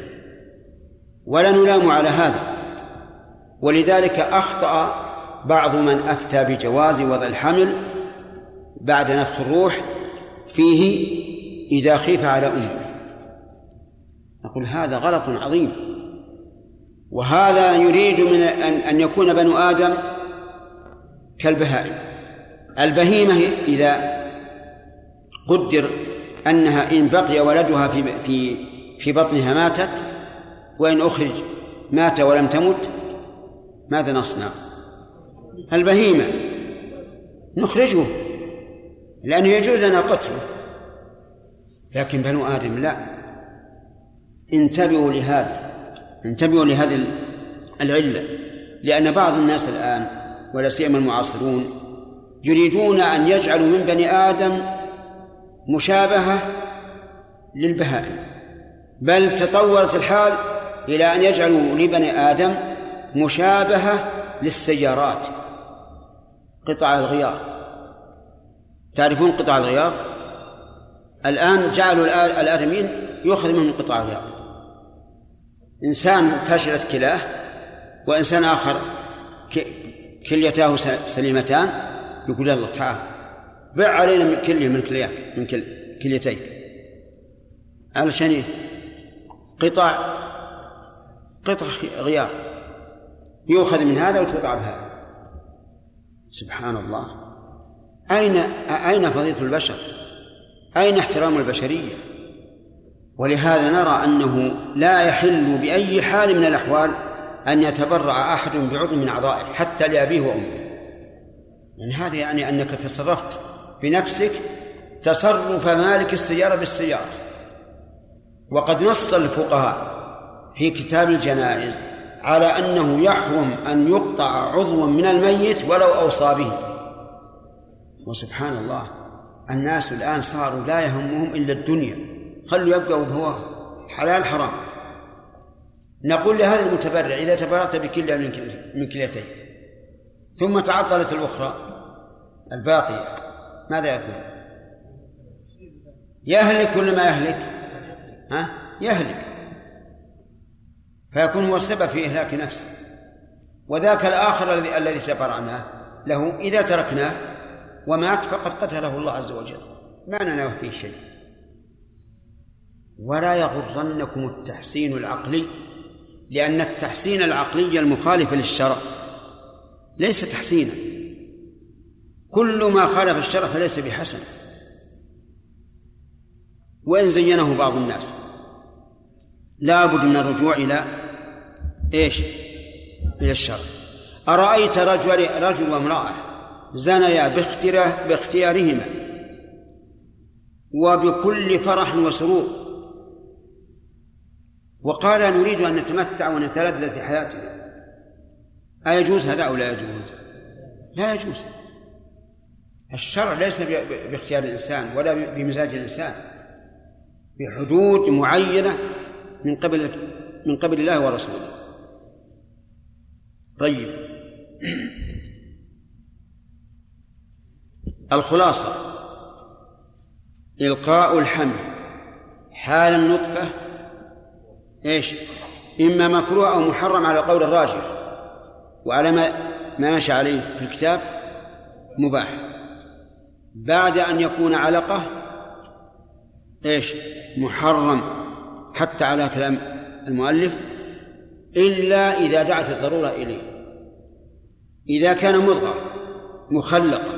ولا نلام على هذا. ولذلك أخطأ بعض من أفتى بجواز وضع الحمل بعد نفخ الروح فيه إذا خيف على أمه. نقول هذا غلط عظيم، وهذا يريد من أن يكون بنو آدم كالبهائم. البهيمة إذا قدر أنها إن بقي ولدها في في في بطنها ماتت، وإن أخرج مات ولم تمت، ماذا نصنع؟ البهيمة نخرجه لأنه يجوز لنا قتله، لكن بنو آدم لا. انتبهوا لهذا، انتبهوا لهذه العلة، لأن بعض الناس الآن ولا سيما المعاصرون يريدون أن يجعلوا من بني آدم مشابهة للبهائم، بل تطورت الحال إلى أن يجعلوا لبني آدم مشابهة للسيارات، قطع الغيار. تعرفون قطع الغيار؟ الآن جعلوا الآدمين يؤخذ منهم قطع الغيار. إنسان فشلت كلاه وإنسان آخر كليتاه سليمتان، يقول الله تعال بع علينا من كلية من كليات من كل كليتين علشان قطع قطع غيار يؤخذ من هذا وتوضع بهذا. سبحان الله، أين أين فضيلة البشر؟ أين احترام البشرية؟ ولهذا نرى أنه لا يحل بأي حال من الأحوال أن يتبرع أحد بعضو من أعضائه حتى لأبيه وأمه، يعني هذا يعني أنك تصرفت بنفسك تصرف مالك السيارة بالسيارة. وقد نص الفقهاء في كتاب الجنائز على أنه يحرم أن يقطع عضو من الميت ولو أوصى به. وسبحان الله، الناس الآن صاروا لا يهمهم إلا الدنيا، خلوا يبقوا بهو حلال حرام. نقول لهذا المتبرع إذا تبرعت بكلة من كليتين ثم تعطلت الأخرى الباقية ماذا يكون؟ يهلك كل ما يهلك، ها؟ يهلك، فيكون هو السبب في إهلاك نفسه. وذاك الآخر الذي الذي تبرعناه له إذا تركناه ومات فقد قتله الله عز وجل، ما لنا فيه شيء. ولا يغرنكم التحسين العقلي، لأن التحسين العقلي المخالف للشرع ليس تحسينا، كل ما خالف الشرع فليس بحسن، وإن زينه بعض الناس. لا بد من الرجوع إلى إيش؟ إلى الشرع. أرأيت رجل, رجل وامرأة زنيا باختيارهما وبكل فرح وسرور، وقال نريد أن نتمتع ونتلذذ في حياتنا، أيجوز هذا أو لا يجوز؟ لا يجوز. الشرع ليس باختيار الإنسان ولا بمزاج الإنسان، بحدود معينة من قبل من قبل الله ورسوله. طيب، الخلاصة: إلقاء الحمل حال النطفة إيش؟ إما مكروه أو محرم على قول الراجح، وعلى ما ما مشى عليه في الكتاب مباح. بعد أن يكون علقة إيش؟ محرم حتى على كلام المؤلف، إلا إذا دعت الضرورة إليه. إذا كان مضغة مخلقة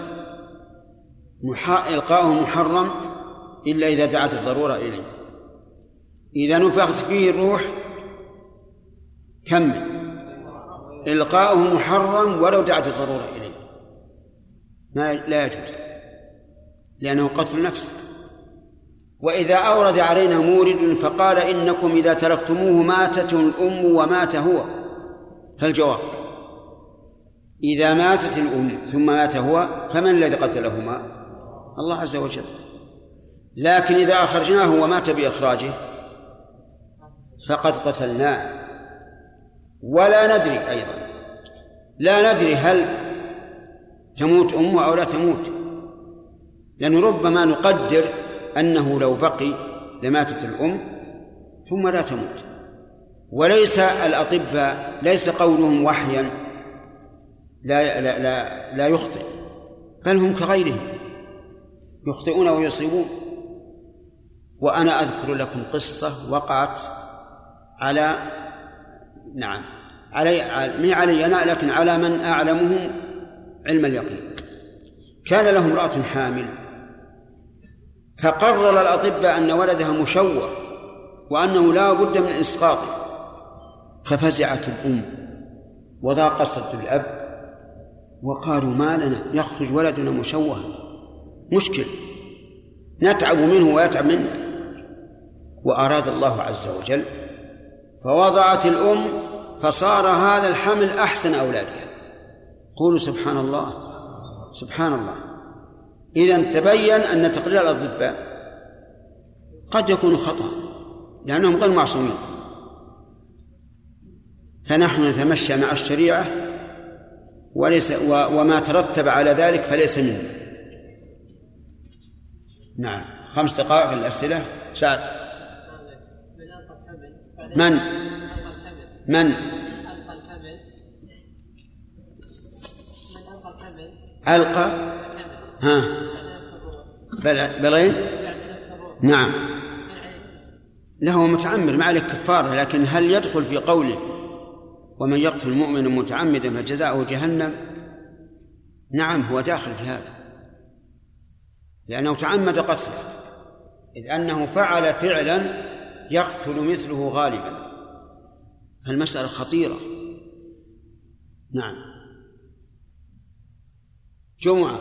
إلقاؤه محرم إلا إذا دعت الضرورة إليه. إذا نفخت فيه الروح كمل، إلقاؤه محرم ولو دعت الضرورة إليه، ما لا يجوز. لأنه قتل نفس. وإذا أورد علينا مورد فقال إنكم إذا تركتموه ماتت الأم ومات هو، فالجواب إذا ماتت الأم ثم مات هو فمن الذي قتلهما؟ الله عز وجل. لكن إذا أخرجناه ومات بإخراجه فقد قتلناه، ولا ندري أيضا، لا ندري هل تموت أمه أو لا تموت، لأنه ربما نقدر أنه لو بقي لماتت الأم ثم لا تموت. وليس الأطباء ليس قولهم وحيا لا, لا, لا, لا يخطئ، بل هم كغيرهم يخطئون ويصيبون. وأنا أذكر لكم قصة وقعت على نعم علي مي علي أنا لكن على من أعلمهم علم اليقين. كان له امرأة حامل، فقرر الأطباء أن ولدها مشوه وأنه لا بد من إسقاطه، ففزعت الأم وضاق صدر الأب وقالوا ما لنا يخرج ولدنا مشوها، مشكل نتعب منه ويتعب منا. وأراد الله عز وجل فوضعت الأم فصار هذا الحمل أحسن أولادها. قولوا سبحان الله سبحان الله. إذن تبين أن تقرير الأطباء قد يكون خطأ لأنهم غير معصومين، فنحن نتمشى مع الشريعة وليس وما ترتب على ذلك فليس منا. نعم خمس دقائق للأسئلة. سعد من من ألقى ها بلين نعم له متعمد ما عليه كفارة، لكن هل يدخل في قوله ومن يقتل مؤمنا متعمدا فجزاؤه جهنم؟ نعم هو داخل في هذا لأنه تعمد قتله، إذ أنه فعل فعلا يقتل مثله غالبا، فالمسألة خطيرة. نعم جمعة.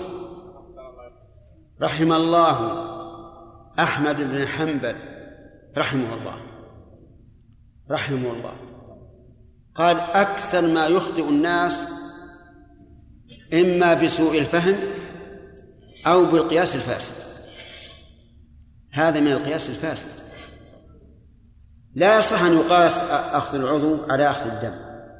رحم الله أحمد بن حنبل رحمه الله رحمه الله قال أكثر ما يخطئ الناس إما بسوء الفهم أو بالقياس الفاسد. هذا من القياس الفاسد. لا يصح أن يقاس أخذ العضو على أخذ الدم،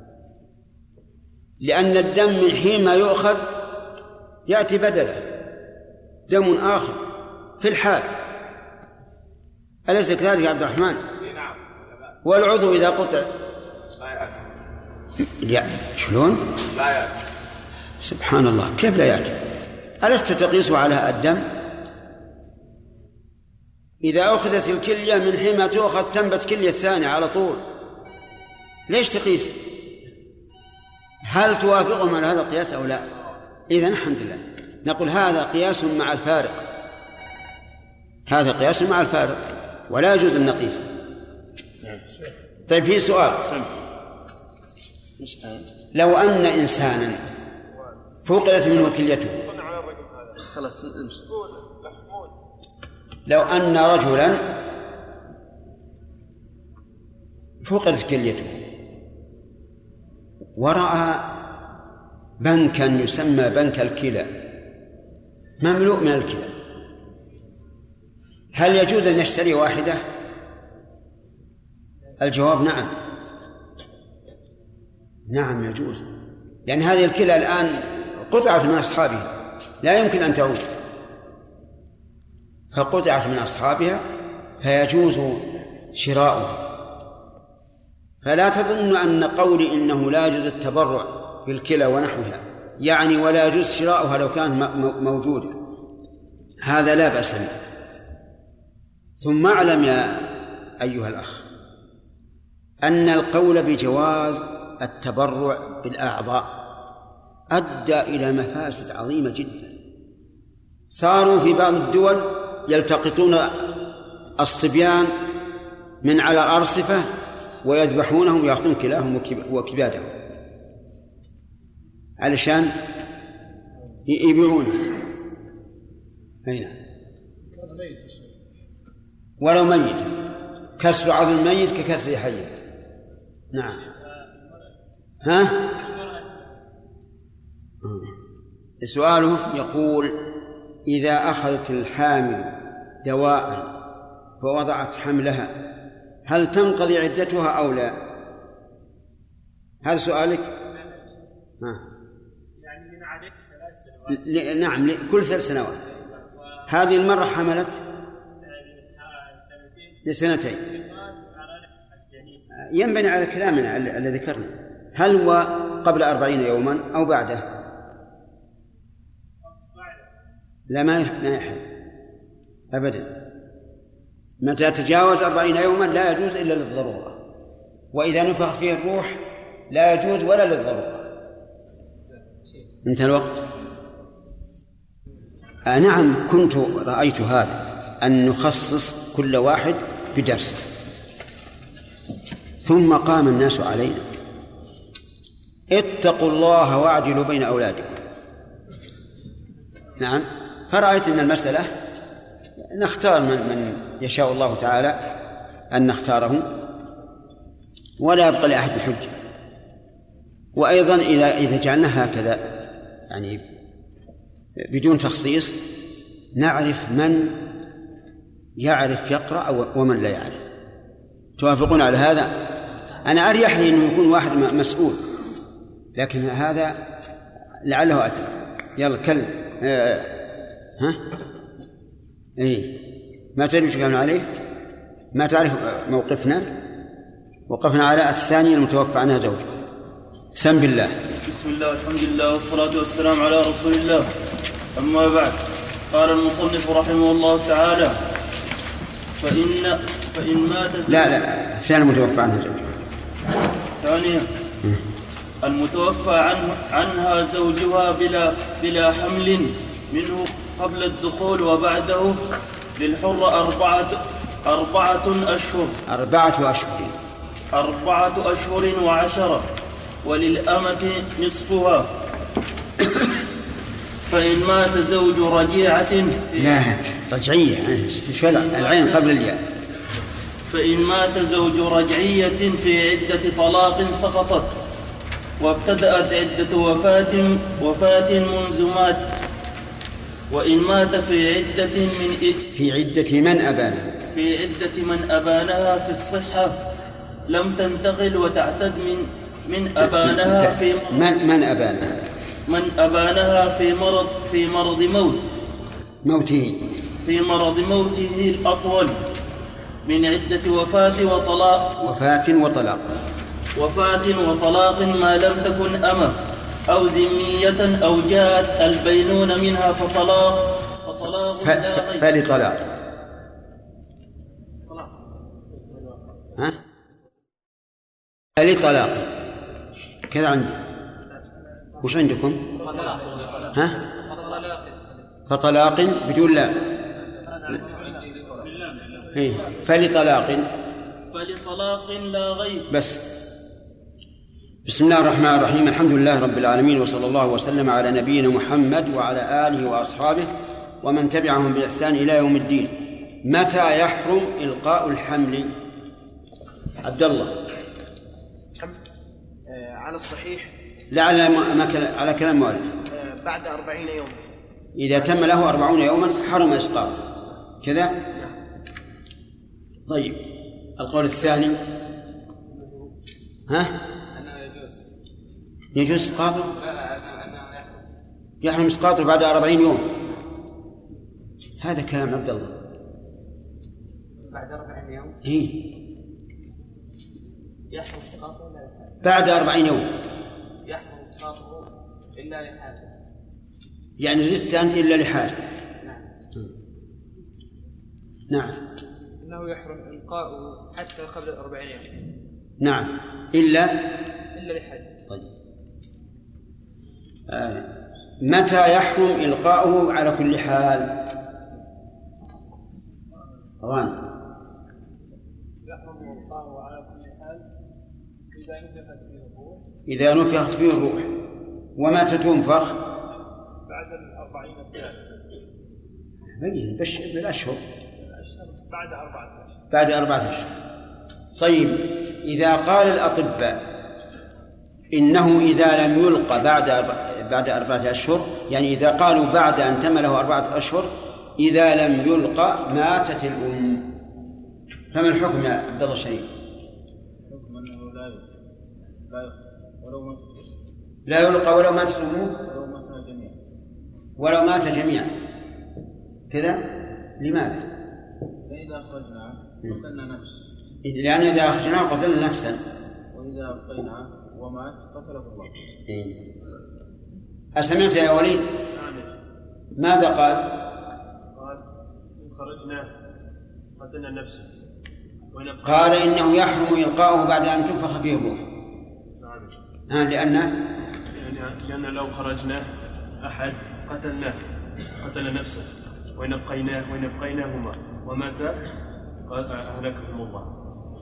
لأن الدم من حين ما يؤخذ يأتي بدله دم آخر في الحال، أليس كذلك يا عبد الرحمن؟ والعضو إذا قطع لا شلون؟ لا يأتي. سبحان الله كيف لا يأتي؟ ألست تقيس على الدم؟ إذا أخذت الكلية من حين ما تؤخذ تنبت كلية الثانية على طول، ليش تقيس؟ هل توافقهم على هذا القياس أو لا؟ إذن الحمد لله نقول هذا قياس مع الفارق، هذا قياس مع الفارق ولا يجوز أن نقيس. طيب في سؤال، لو أن إنسانا فقدت منه كليته، لو أن رجلا فقدت كليته ورأى بنكا يسمى بنك الكلى مملوء من الكلى، هل يجوز أن يشتري واحدة؟ الجواب نعم نعم يجوز، لأن هذه الكلى الآن قطعت من أصحابها لا يمكن أن تعود، فقطعت من أصحابها فيجوز شراؤها. فلا تظن أن قولي إنه لا يجوز التبرع بالكلى ونحوها يعني ولا يجوز شراؤها لو كانت موجودة، هذا لا بأس به. ثم اعلم يا أيها الأخ أن القول بجواز التبرع بالأعضاء أدى إلى مفاسد عظيمة جدا. صاروا في بعض الدول يلتقطون الصبيان من على الأرصفة ويذبحونهم ويأخذون كلاهم وكبادهم علشان يبيعونه. هنا ولو ميت، كسر عظم الميت ككسر حي. نعم. ها؟ سؤاله يقول: إذا أخذت الحامل دواء فوضعت حملها هل تنقضي عدتها أو لا؟ هذا سؤالك؟ ها. يعني من عدد ثلاث سنوات. نعم، كل ثلاث سنوات. هذه المرة حملت لسنتين. ينبني على كلامنا الذي ذكرنا. هل هو قبل أربعين يوما أو بعده؟ لا، ما يحل أبدا. متى تجاوز أربعين يوما لا يجوز إلا للضرورة، وإذا نفخت فيه الروح لا يجوز ولا للضرورة. انتهى الوقت. آه نعم، كنت رأيت هذا، أن نخصص كل واحد بدرس، ثم قام الناس علينا: اتقوا الله واعدلوا بين أولادكم. نعم، فرأيت أن المسألة نختار من, من يشاء الله تعالى أن نختاره، ولا يبقى لأحد بحجة. وأيضا إذا إذا جعلنا هكذا يعني بدون تخصيص نعرف من يعرف يقرأ ومن لا يعرف. توافقون على هذا؟ أنا أريح لي أنه يكون واحد مسؤول، لكن هذا لعله أكثر. يلا كلم. آه. ها؟ إيه، ما تدري وش قالنا عليه؟ ما تعرف موقفنا؟ وقفنا على الثاني المتوفى عنها زوجه. سم بالله. بسم الله والحمد لله والصلاة والسلام على رسول الله. أما بعد، قال المصنف رحمه الله تعالى: فإن فإن مات زوجها. لا لا الثاني المتوفى عنها زوجها. ثانيا المتوفى عنه عنها زوجها بلا بلا حمل منه قبل الدخول وبعده للحر أربعة أربعة أشهر أربعة أشهر أربعة أشهر وعشرة، وللأمة نصفها. فإن مات زوج رجيعة لا رجعية العين قبل الياء. فإن مات زوج رجعية في عدة طلاق سقطت، وابتدأت عدة وفاة وفاة منذ مات. وإن مات في عدة من في عدة من أبانها في عدة من أبانها في الصحة لم تنتقل وتعتد من من أبانها في من من أبانها من أبانها في مرض في مرض موت موته في مرض موته الأطول من عدة وفاة وطلاق وفاة وطلاق وفاة وطلاق ما لم تكن أمة أو ذمية أو جاءت البينون منها فطلاق فطلاق ف... فلطلاق ها فلطلاق كذا عندي. وش عندكم؟ ها فطلاق بدون لا إيه فلطلاق فلطلاق لا غير بس. بسم الله الرحمن الرحيم. الحمد لله رب العالمين، وصلى الله وسلم على نبينا محمد وعلى آله وأصحابه ومن تبعهم بإحسان إلى يوم الدين. متى يحرم إلقاء الحمل؟ عبد الله. على الصحيح لا على على كلام مؤلف بعد أربعين يوم. إذا تم له أربعون يوما حرم إسقاطه كذا. طيب القول الثاني ها يجوز إسقاطه؟ يحرم إسقاطه بعد أربعين يوم. هذا كلام عبد الله. بعد أربعين يوم إيه يحرم إسقاطه إلا بعد أربعين يوم يحرم إسقاطه إلا لحاجة. يعني زدت أنت إلا لحاجة. نعم. نعم. إنه يحرم إلقاؤه حتى قبل الأربعين يوم. نعم إلا إلا لحاجة. طيب آه. متى يحرم إلقاؤه على كل حال؟ غان. يحرم إلقاؤه على كل حال إذا نفخت فيه الروح. إذا نفخت فيه الروح. ومتى تنفخ؟ بعد الأربعين الثالثة. بين بش بالأشهر بعد أربعة أشهر بعد أربعة أشهر. طيب إذا قال الأطباء إنه إذا لم يلقى بعد بعد أربعة أشهر، يعني إذا قالوا بعد أن تم له أربعة أشهر إذا لم يلقى ماتت الأم، فما الحكم يا عبد الله الشريف؟ الحكم أنه لا يلقى لا ولو مات لا يلقى ولو ماتت الأم ولو مات جميعا ولو مات جميعا كذا. لماذا؟ فإذا أخرجناه قتلنا نفس، لأن إذا أخرجناه قتلنا نفسا، وإذا أبقيناه ومات قتله الله. إيه. أسمعت يا وليد؟ ماذا قال؟ قال إن خرجنا قتلنا نفسه. قال إنه يحرم إلقاؤه بعد أن تنفخ فيه الروح. نعم. آه لأنه لأن لو خرجنا أحد قتلناه قتل نفسه، وإن أبقيناه وإن أبقيناهما ومات أهلكهم الله.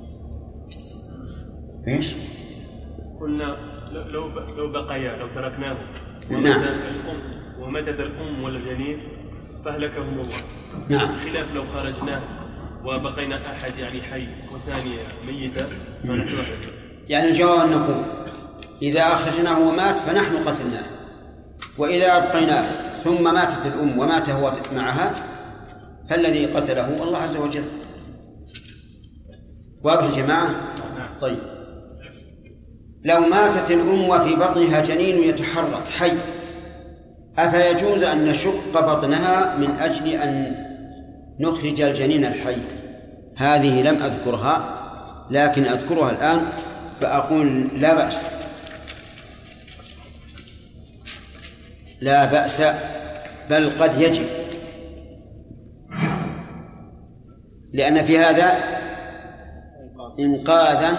إيش؟ قلنا لو لو بقيا لو تركناه نعم. الأم وماتت الأم والجنين فأهلكهم الله. نعم. خلاف لو خرجناه وبقينا أحد يعني حي والثاني ميتا فنحن أهلك. يعني الجواب نقول إذا أخرجناه ومات فنحن قتلناه، وإذا أبقيناه ثم ماتت الأم ومات هو معها فالذي قتله الله عز وجل. واضح يا جماعة؟ طيب لو ماتت الأم وفي بطنها جنين يتحرك حي أفيجوز أن نشق بطنها من أجل أن نخرج الجنين الحي؟ هذه لم أذكرها لكن أذكرها الآن فأقول لا بأس لا بأس بل قد يجب، لأن في هذا إنقاذا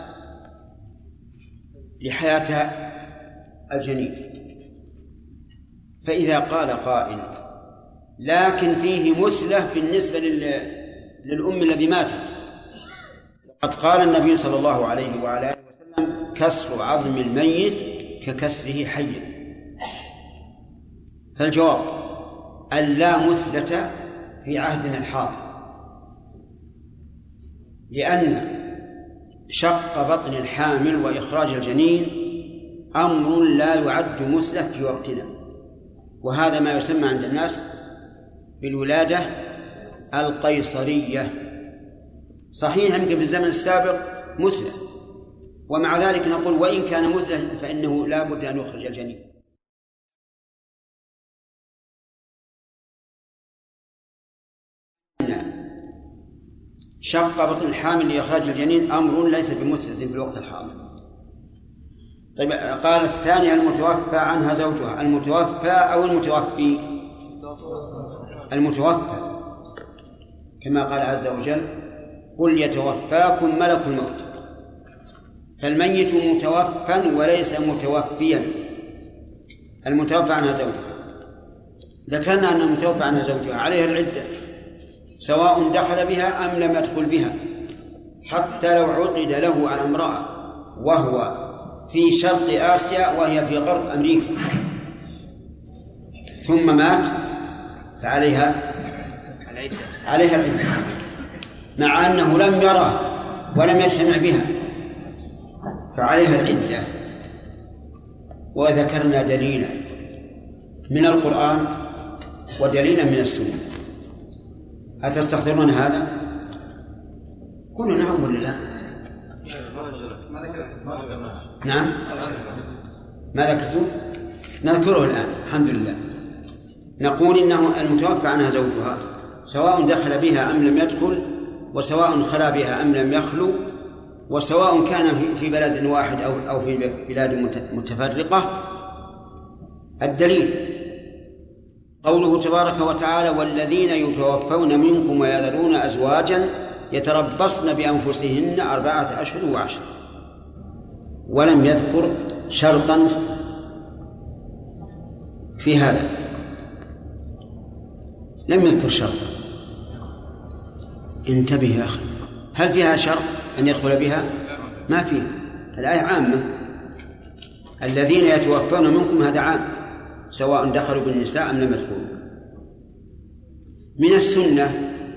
لحياة الجنين. فإذا قال قائل لكن فيه مثلة بالنسبة للأم الذي ماتت، قد قال النبي صلى الله عليه وعلى آله وسلم كسر عظم الميت ككسره حيا. فالجواب اللا مثلة في عهدنا الحاضر، لأن شق بطن الحامل وإخراج الجنين أمر لا يعد مثلة في وقتنا، وهذا ما يسمى عند الناس بالولادة القيصرية. صحيح يمكن في الزمن السابق مثلة، ومع ذلك نقول وإن كان مثلة فإنه لا بد أن يخرج الجنين. شق بطن الحامل لإخراج الجنين أمر ليس بمثلة في الوقت الحاضر. طيب قال الثانية المتوفى عنها زوجها. المتوفى أو المتوفي؟ المتوفى، كما قال عز وجل قل يتوفاكم ملك الموت. فالميت متوفى وليس متوفيا. المتوفى عنها زوجها، ذكرنا أن المتوفى عنها زوجها عليها العدة سواء دخل بها أم لم يدخل بها، حتى لو عقد له على امرأة وهو في شرق آسيا وهي في غرب أمريكا ثم مات فعليها عليها العدة مع أنه لم يرها ولم يجتمع بها، فعليها العدة. وذكرنا دليلا من القرآن ودليلا من السنة. أتستخدمون هذا؟ قولوا نعم ولا لا؟ نعم. ما ذكرتم؟ نذكره الآن الحمد لله. نقول إنه المتوفى عنها زوجها سواء دخل بها أم لم يدخل، وسواء خلا بها أم لم يخلو، وسواء كان في بلد واحد أو أو في بلاد متفرقة. الدليل قوله تبارك وتعالى والذين يتوفون منكم ويذرون أزواجا يتربصن بأنفسهن أربعة أشهر وعشر، ولم يذكر شرطا في هذا، لم يذكر شرطا. انتبه يا أخي، هل فيها شرط أن يدخل بها؟ ما فيها. الآية عامة، الذين يتوفون منكم هذا عام سواء دخلوا بالنساء أم لم يدخلوا. من السنة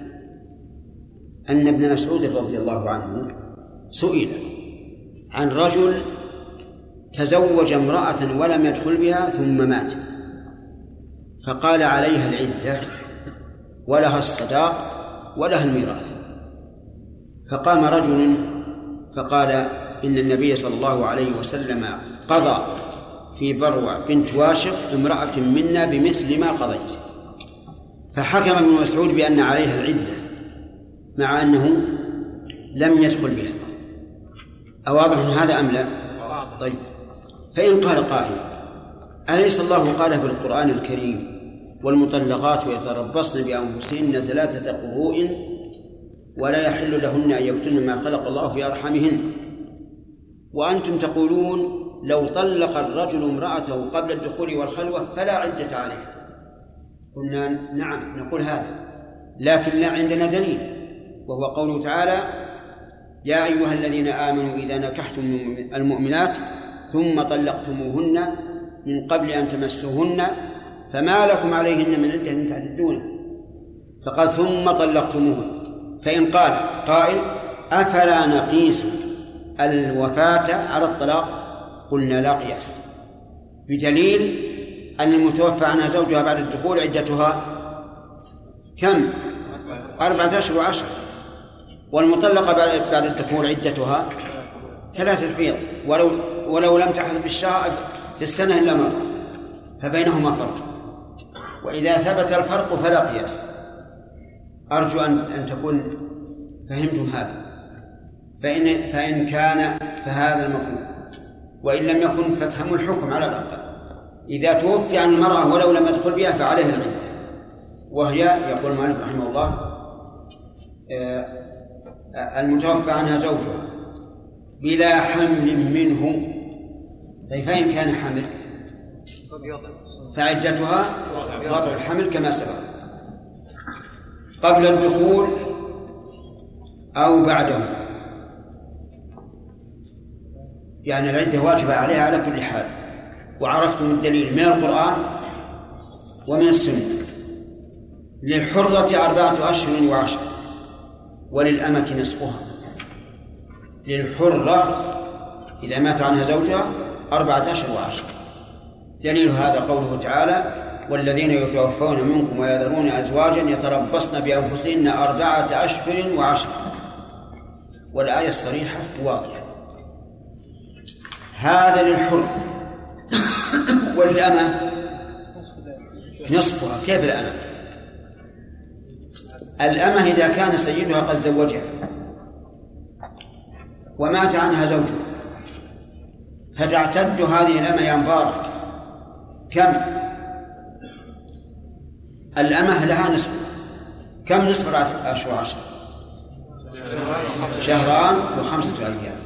أن ابن مسعود رضي الله عنه سئل عن رجل تزوج امرأة ولم يدخل بها ثم مات، فقال عليها العدة ولها الصداق ولها الميراث. فقام رجل فقال إن النبي صلى الله عليه وسلم قضى في بروع بنت واشق امرأة منا بمثل ما قضيت. فحكم ابن مسعود بأن عليها العدة مع أنه لم يدخل بها. أواضح هذا أم لا؟ طيب، فإن قال قائل أليس الله قال في القرآن الكريم والمطلقات يتربصن بأنفسهن ثلاثة قروء ولا يحل لهن أن يكتمن ما خلق الله في أرحامهن، وأنتم تقولون لو طلق الرجل امرأته قبل الدخول والخلوة فلا عدة عليها؟ قلنا نعم، نقول هذا، لكن لا عندنا دليل، وهو قوله تعالى يا أيها الذين آمنوا إذا نكحتم المؤمنات ثم طلقتموهن من قبل أن تمسوهن فما لكم عليهن من عدة تعتدونها، فقال ثم طلقتموهن. فإن قال قائل أفلا نقيس الوفاة على الطلاق؟ قلنا لا قياس، بدليل أن المتوفى عنها زوجها بعد الدخول عدتها كم؟ أربعة أشهر وعشر، والمطلقة بعد الدخول عدتها ثلاثة حيض ولو, ولو لم تحدث بالشهر في السنة إلا مرة، فبينهما فرق، وإذا ثبت الفرق فلا قياس. أرجو أن, أن تكون فهمتم هذا. فإن, فإن كان فهذا المطلوب، وإن لم يكن فافهموا الحكم على الأقل. إذا توفي عن المرأة ولو لم يدخل بها فعليها العدة، وهي يقول مالك رحمه الله المتوفى عنها زوجها بلا حمل منه، فإن كان حمل فعدتها وضع الحمل كما سبق قبل الدخول أو بعده، يعني العدة واجبة عليها على كل حال. وعرفتم الدليل من القرآن ومن السنة. للحرة أربعة أشهر وعشر وللأمة نصفها. للحرة إذا مات عنها زوجها أربعة أشهر وعشر. دليل هذا قوله تعالى والذين يتوفون منكم ويذرون أزواجا يتربصن بأنفسهن أربعة أشهر وعشر، والآية الصريحة واضحة. هذا للحر. وللأمة نصفها. كيف الأمة؟ الأمة إذا كان سيدها قد زوجها ومات عنها زوجها فتعتد هذه الأمة يا مبارك كم؟ الأمة لها نصف. كم نصف أربعة أشهر وعشر؟ شهران وخمسة أيام.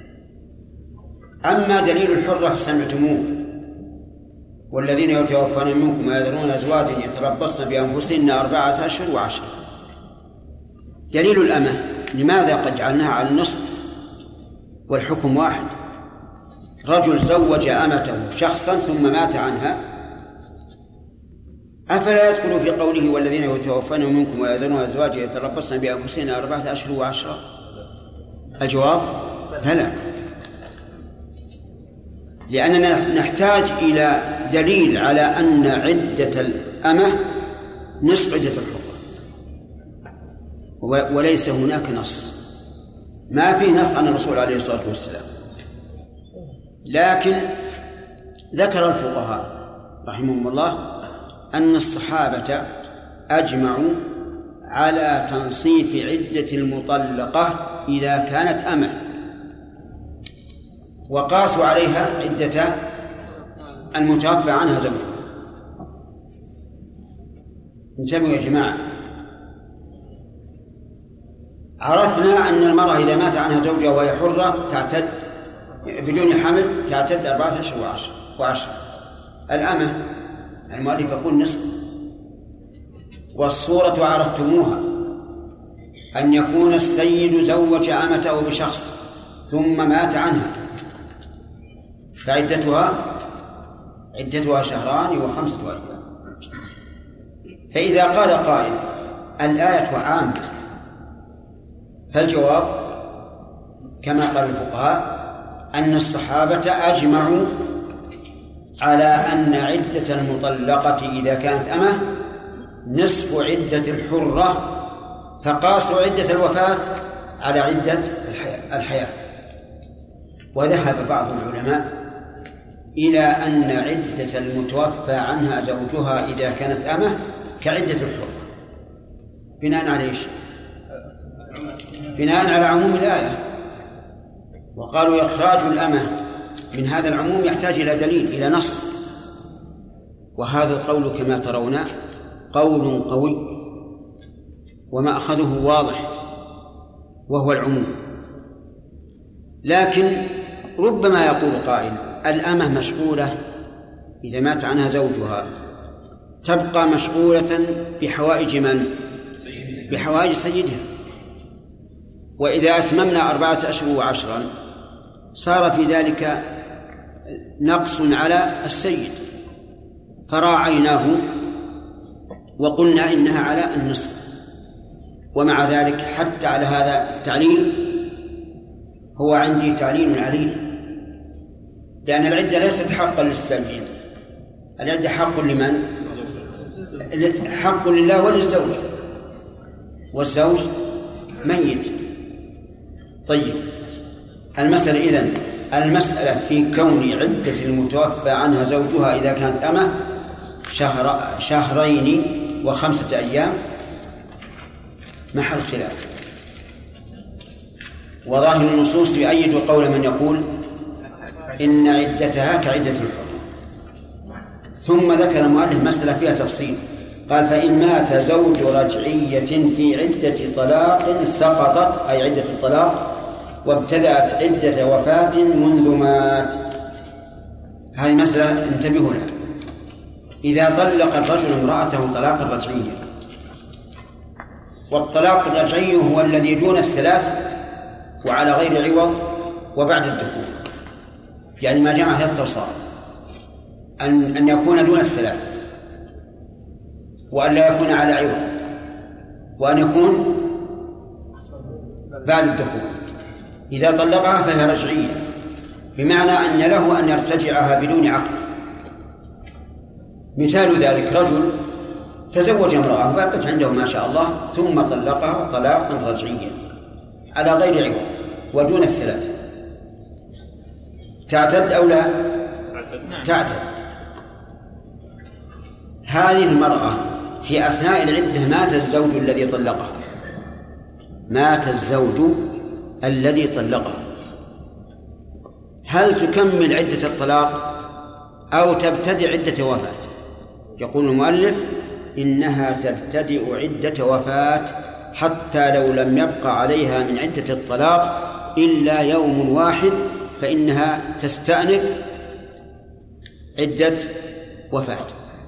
أما دليل الحرة فسمعتموه والذين يتوفون منكم ويذرون أزواجا يتربصن بأنفسهن أربعة أشهر وعشر. دليل الأمة لماذا قد جعلناها على النصف والحكم واحد؟ رجل زوج أمته شخصا ثم مات عنها، أفلا يدخل في قوله والذين يتوفون منكم ويذرون أزواجا يتربصن بأنفسهن أربعة أشهر وعشرة؟ الجواب لا، لأننا نحتاج إلى دليل على أن عدة الأمة نصف عدة الحرة، وليس هناك نص، ما فيه نص عن الرسول عليه الصلاة والسلام. لكن ذكر الفقهاء رحمهم الله أن الصحابة أجمعوا على تنصيف عدة المطلقة إذا كانت أمة، وقاسوا عليها عدة المتوفى عنها زوجها. انتبهوا يا جماعة، عرفنا أن المرأة إذا مات عنها زوجها وهي حرة تعتد بدون حمل تعتد أربعة أشهر وعشر وعشر. الأمة المؤلف يقول نصف. والصورة عرفتموها أن يكون السيد زوج أمته بشخص ثم مات عنها فعدتها عدتها شهران وخمسة أيام. فإذا قال قائل الآية عامة، فالجواب كما قال الفقهاء أن الصحابة أجمعوا على أن عدة المطلقة إذا كانت أمه نصف عدة الحرة، فقاسوا عدة الوفاة على عدة الحياة. وذهب بعض العلماء إلى أن عدة المتوفى عنها زوجها إذا كانت أمه كعدة الحرة، بناء على إيش؟ بناء على عموم الآية. وقالوا إخراج الأمة من هذا العموم يحتاج إلى دليل، إلى نص، وهذا القول كما ترون قول قوي وما أخذه واضح وهو العموم. لكن ربما يقول قائل الأمة مشغولة إذا مات عنها زوجها تبقى مشغولة بحوائج من؟ بحوائج سيدها، وإذا أتممنا أربعة أشهر وعشرا صار في ذلك نقص على السيد، فراعيناه وقلنا إنها على النصف. ومع ذلك حتى على هذا التعليل هو عندي تعليل عليل، لأن العدة ليست حقا للسيد، العدة حق لمن؟ حق لله وللزوج، والزوج ميت. طيب المسألة إذن المسألة في كون عدة المتوفى عنها زوجها إذا كانت أمه شهر شهرين وخمسة أيام محل خلاف، وظاهر النصوص يؤيد قول من يقول إن عدتها كعدة الحر. ثم ذكر المؤلف مسألة فيها تفصيل، قال فإن مات زوج رجعية في عدة طلاق سقطت، أي عدة الطلاق، وابتدأت عدة وفاة منذ مات. هذه مسألة انتبهوا لها. إذا طلق الرجل امرأته طلاقا رجعيا، والطلاق الرجعي هو الذي دون الثلاث وعلى غير عوض وبعد الدخول، يعني ما جمع ثلاثة أوصاف، أن أن يكون دون الثلاث، وأن لا يكون على عوض، وأن يكون بعد الدخول. إذا طلقها فهي رجعية، بمعنى أن له أن يرتجعها بدون عقد. مثال ذلك رجل تزوج امرأة بقت عنده ما شاء الله ثم طلقها طلاقا رجعيا على غير عوض ودون الثلاث، تعتد أو لا تعتد؟ هذه المرأة في أثناء العدة مات الزوج الذي طلقها، مات الزوج الذي طلقها، هل تكمل عدة الطلاق أو تبتدئ عدة وفاة؟ يقول المؤلف إنها تبتدئ عدة وفاة حتى لو لم يبقى عليها من عدة الطلاق إلا يوم واحد، فإنها تستأنف عدة وفاة.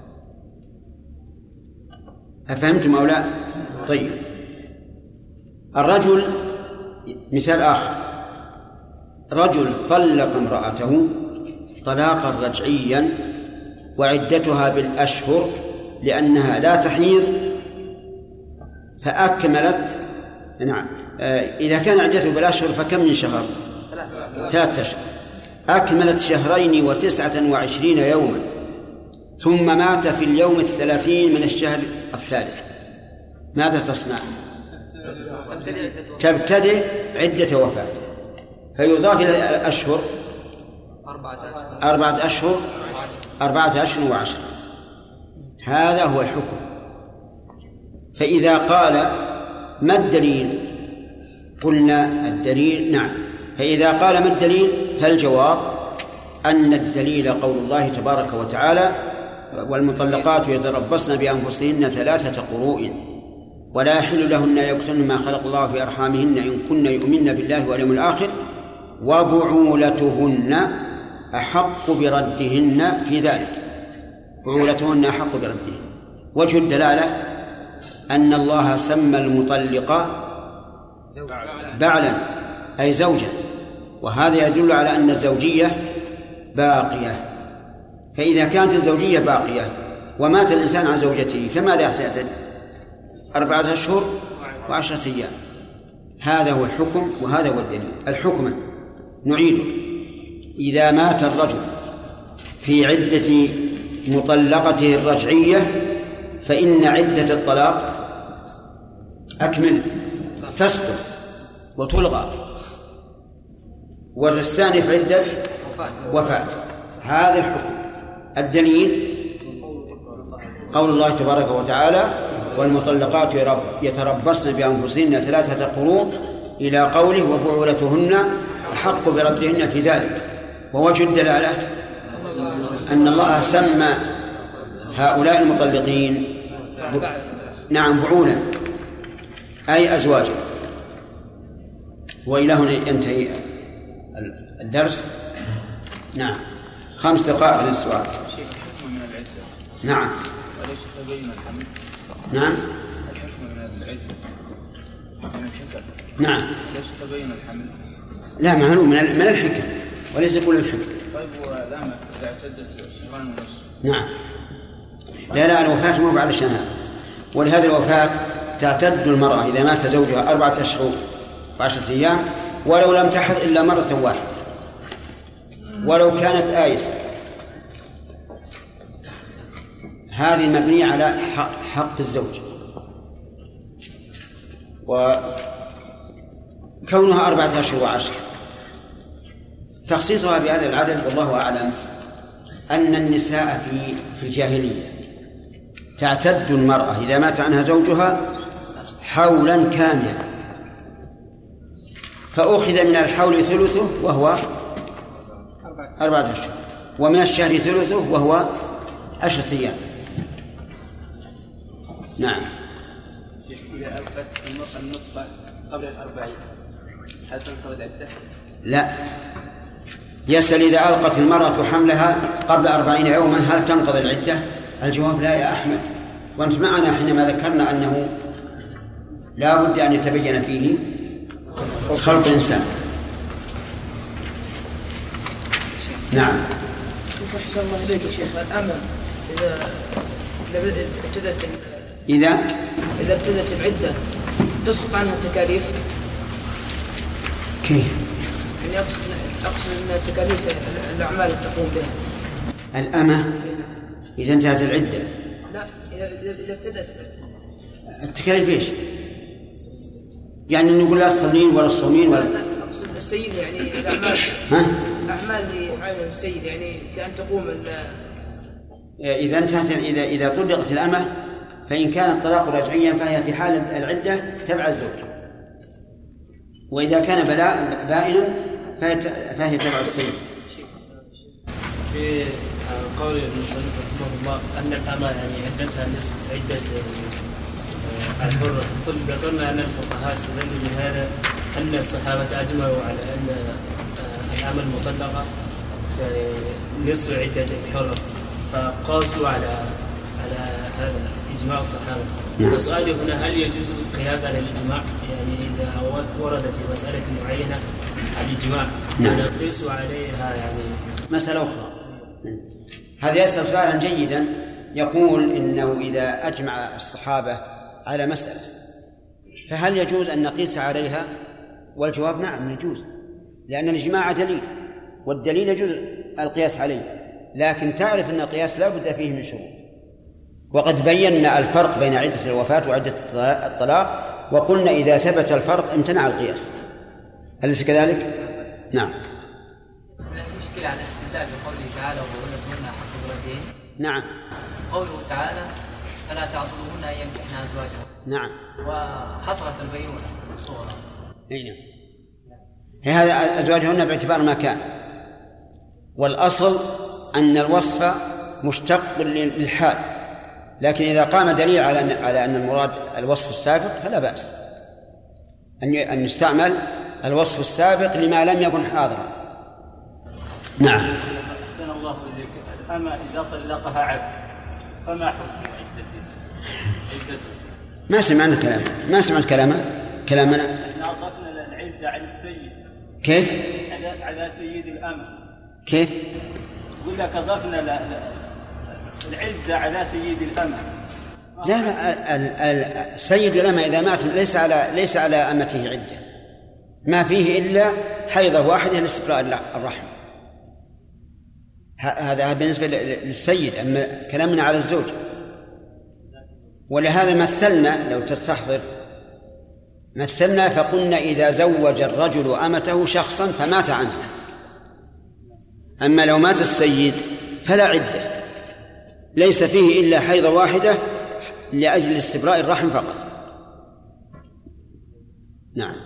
أفهمتم أو لا؟ طيب الرجل مثال آخر، رجل طلق امرأته طلاقا رجعيا وعدتها بالأشهر لأنها لا تحيض، فأكملت، نعم إذا كان عدته بالأشهر فكم من شهر؟ ثلاثة أشهر، أكملت شهرين وتسعة وعشرين يوما، ثم مات في اليوم الثلاثين من الشهر الثالث، ماذا تصنع؟ تبتدئ عدة وفاة، فيضاف إلى الأشهر أربعة أشهر أربعة أشهر وعشر. هذا هو الحكم. فإذا قال ما الدليل؟ قلنا الدليل نعم، فإذا قال ما الدليل فالجواب أن الدليل قول الله تبارك وتعالى والمطلقات يتربصن بأنفسهن ثلاثة قروء ولا يحل لهن يكتمن ما خلق الله في أرحامهن إن كن يؤمن بالله واليوم الآخر وبعولتهن أحق بردهن في ذلك، بعولتهن أحق بردهن. وجه الدلالة أن الله سمى المطلقة بعلا أي زوجا، وهذا يدل على أن الزوجية باقية. فإذا كانت الزوجية باقية ومات الإنسان عن زوجته فماذا يحتاج؟ أربعة أشهر وعشرة أيام. هذا هو الحكم وهذا هو الدليل. الحكم نعيده: إذا مات الرجل في عدة مطلقته الرجعية فإن عدة الطلاق أكمل تسقط وتلغى، وتستأنف عدة وفاة. هذا الحكم. الدليل قول الله تبارك وتعالى: والمطلقات يتربصن بأنفسهن ثلاثة قروء، إلى قوله: وبعولتهن أحق بردهن في ذلك. ووجه الدلالة أن الله سمى هؤلاء المطلقين نعم بعولا أي أزواجا. وإلى هنا ينتهي الدرس. نعم، خمس دقائق للسؤال. نعم. وليس تبين الحمل. نعم. الحكم من العدة من الحكم. نعم. ليس تبين الحمل. لا، معلوم من من الحكم وليس كل الحكم. طيب ولما إذا اعتدت شهرين ونصف. نعم. لا لا الوفاة مو بعد الشهر، ولهذه الوفاة تعتد المرأة إذا مات زوجها أربعة أشهر وعشرة أيام ولو لم تحض إلا مرة واحدة ولو كانت آيسة. هذه مبنية على حق الزوج، وكونها أربعة أشهر وعشر تخصيصها بهذا العدد والله أعلم أن النساء في في الجاهلية تعتد المرأة إذا مات عنها زوجها حولا كاملا، فأخذ من الحول ثلثه وهو أربعة أشهر، ومن الشهر ثلثه وهو عشرة أيام. نعم. إذا ألقت النطفة قبل الأربعين هل تنقضي العدة؟ لا، يسأل إذا ألقت المرأة حملها قبل أربعين يوما هل تنقضي العدة؟ الجواب لا يا أحمد، وأنت معنا حينما ذكرنا أنه لا بد أن يتبين فيه خلق الإنسان. نعم. أحسن الله إليك يا شيخ. الأمة إذا ابتدت إذا إذا ابتدت العدة تسقط عنها التكاليف؟ كيف؟ يعني أقصد أقصد أن التكاليف الأعمال اللي تقوم بها الأمة إذا انتهت العدة. لا، إذا إذا ابتدت التكاليف إيش؟ يعني نقول لا الصلين ولا الصومين ولا أقصد السيد يعني الأعمال ها؟ أعمال اللي يفعلها السيد يعني كأن تقوم إذا انتهت إذا إذا طلقت الأمة فإن كان الطلاق رجعيا فهي في حال العدة تبع الزوج، وإذا كان بلاء بائنا فهي تبع السيد. في قول المصنف رحمه الله أن الأمة يعني عدتها نصف عدة الحرة. قل ذكرنا أن الفقهاء استدلوا بهذا أن الصحابة أجمعوا على أن الأمة المطلقة نصف عدة الحرة، فقاسوا على على هذا إجماع الصحابة. وسؤالي هنا هل يجوز القياس على الإجماع؟ يعني إذا ورد في مسألة معينة الإجماع نقيس عليها يعني مسألة أخرى. هذا يسأل سؤالا جيدا، يقول إنه إذا أجمع الصحابة على مسألة فهل يجوز أن نقيس عليها؟ والجواب نعم يجوز، لأن الإجماع دليل، والدليل يجوز القياس عليه، لكن تعرف أن القياس لا بد فيه من شروط. وقد بينا الفرق بين عدة الوفاة وعدة الطلاق، وقلنا إذا ثبت الفرق امتنع القياس. أليس كذلك؟ نعم. المشكلة على الاستدلال بقوله تعالى وبعولتهن حق بردهن. نعم. قوله تعالى فلا تعضلوهن أن ينكحن أزواجهن. نعم. وحصلت البينونة الصغرى. أي نعم. هذا أزواجهن باعتبار ما كان، والأصل أن الوصف مشتق للحال، لكن إذا قام دليل على أن على أن المراد الوصف السابق فلا بأس أن أن يستعمل الوصف السابق لما لم يكن حاضرا. نعم. أحسن الله إليك. أما إذا طلقها عبد فما حكم عدته؟ ما سمعنا كلامه، ما سمعت كلامه كلامنا. احنا أضفنا العدة على السيد. كيف؟ على على سيد الأمر. كيف؟ يقول لك أضفنا العدة على سيد الأمر. لا لا السيد الأمة إذا مات ليس على ليس على أمته عدة، ما فيه إلا حيضة واحدة لاستبراء الرحم. هذا بالنسبة للسيد، أما كلامنا على الزوج. ولهذا مثلنا، لو تستحضر مثلنا فقلنا إذا زوج الرجل أمته شخصا فمات عنه، أما لو مات السيد فلا عدة، ليس فيه إلا حيضة واحدة لأجل استبراء الرحم فقط. نعم.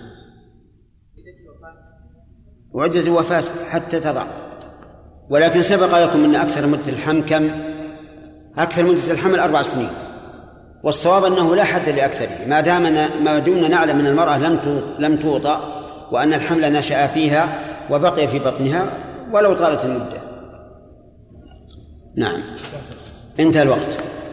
وعدة الوفاة حتى تضع، ولكن سبق لكم أن أكثر مدة الحمل كم؟ أكثر مدة الحمل أربع سنين، والصواب أنه لا حد لأكثره ما دام ما دمنا نعلم أن المرأة لم لم توطأ وأن الحمل نشأ فيها وبقي في بطنها ولو طالت المدة. نعم. انتهى الوقت.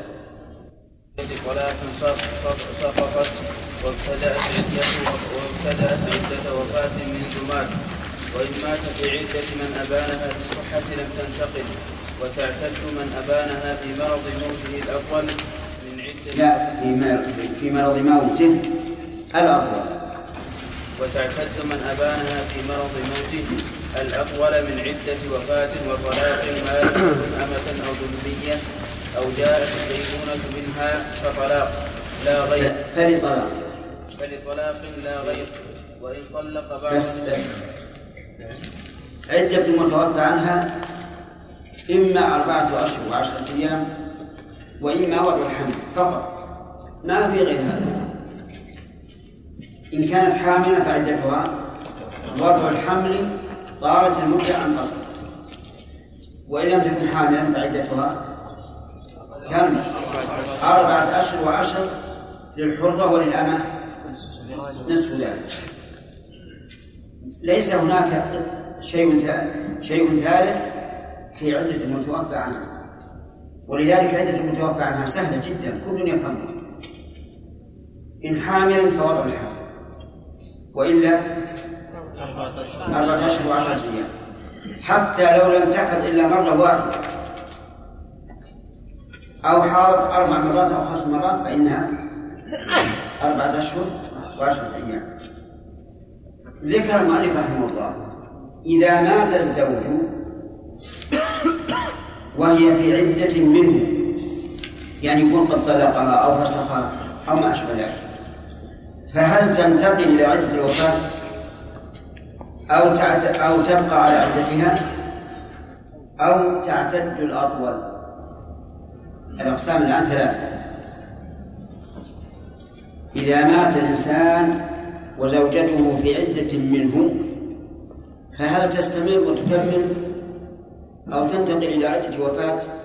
ولكن سقطت وابتدأت عدة وابتدأت عدة وفاة من جماد، وإن مات في عدة من أبانها بالصحة لم تنتقل، وتعتد من أبانها في مرض موته الأول من عدة لا في مرض في مرض موته الأطول، وتعتد من أبانها في مرض موته الأطول من عدة وفاة وطلاق ما لم تكن أمة أو ذنبية أو جاءت الدينونة منها فطلاق لا غير فلطلاق فلطلاق لا غير. وإن طلق بعض بس بس عدة المتوفى عنها إما أربعة أشهر وعشرة أيام وإما وضع الحمل فقط، ما في غير هذا. إن كانت حاملة فعدتها وضع الحمل طالت المدة أن تصل، وإن لم تكن حاملا فعدتها كم؟ أربعة أشهر وعشر للحرة وللأمة نصف ذلك. ليس هناك شيء شيء ثالث في عدة المتوفى عنها، ولذلك عدة المتوفى عنها سهلة جدا كل يفهمها. إن حاملا فوضع الحمل، وإلا أربعة أشهر وعشرة أيام، حتى لو لم تحض إلا مرة واحدة أو حاضت أربع مرات أو خمس مرات فإنها أربعة أشهر وعشرة أيام. ذكر المؤلف رحمه الله إذا مات الزوج وهي في عدة منه، يعني يكون قد طلقها أو فسخها أو ما أشبه ذلك، فهل تنتقل إلى عدة الوفاة أو أو تبقى على عدتها أو تعتد الأطول؟ الأقسام الآن ثلاثة. إذا مات الإنسان وزوجته في عدة منه فهل تستمر وتكمل أو تنتقل إلى عدة وفاة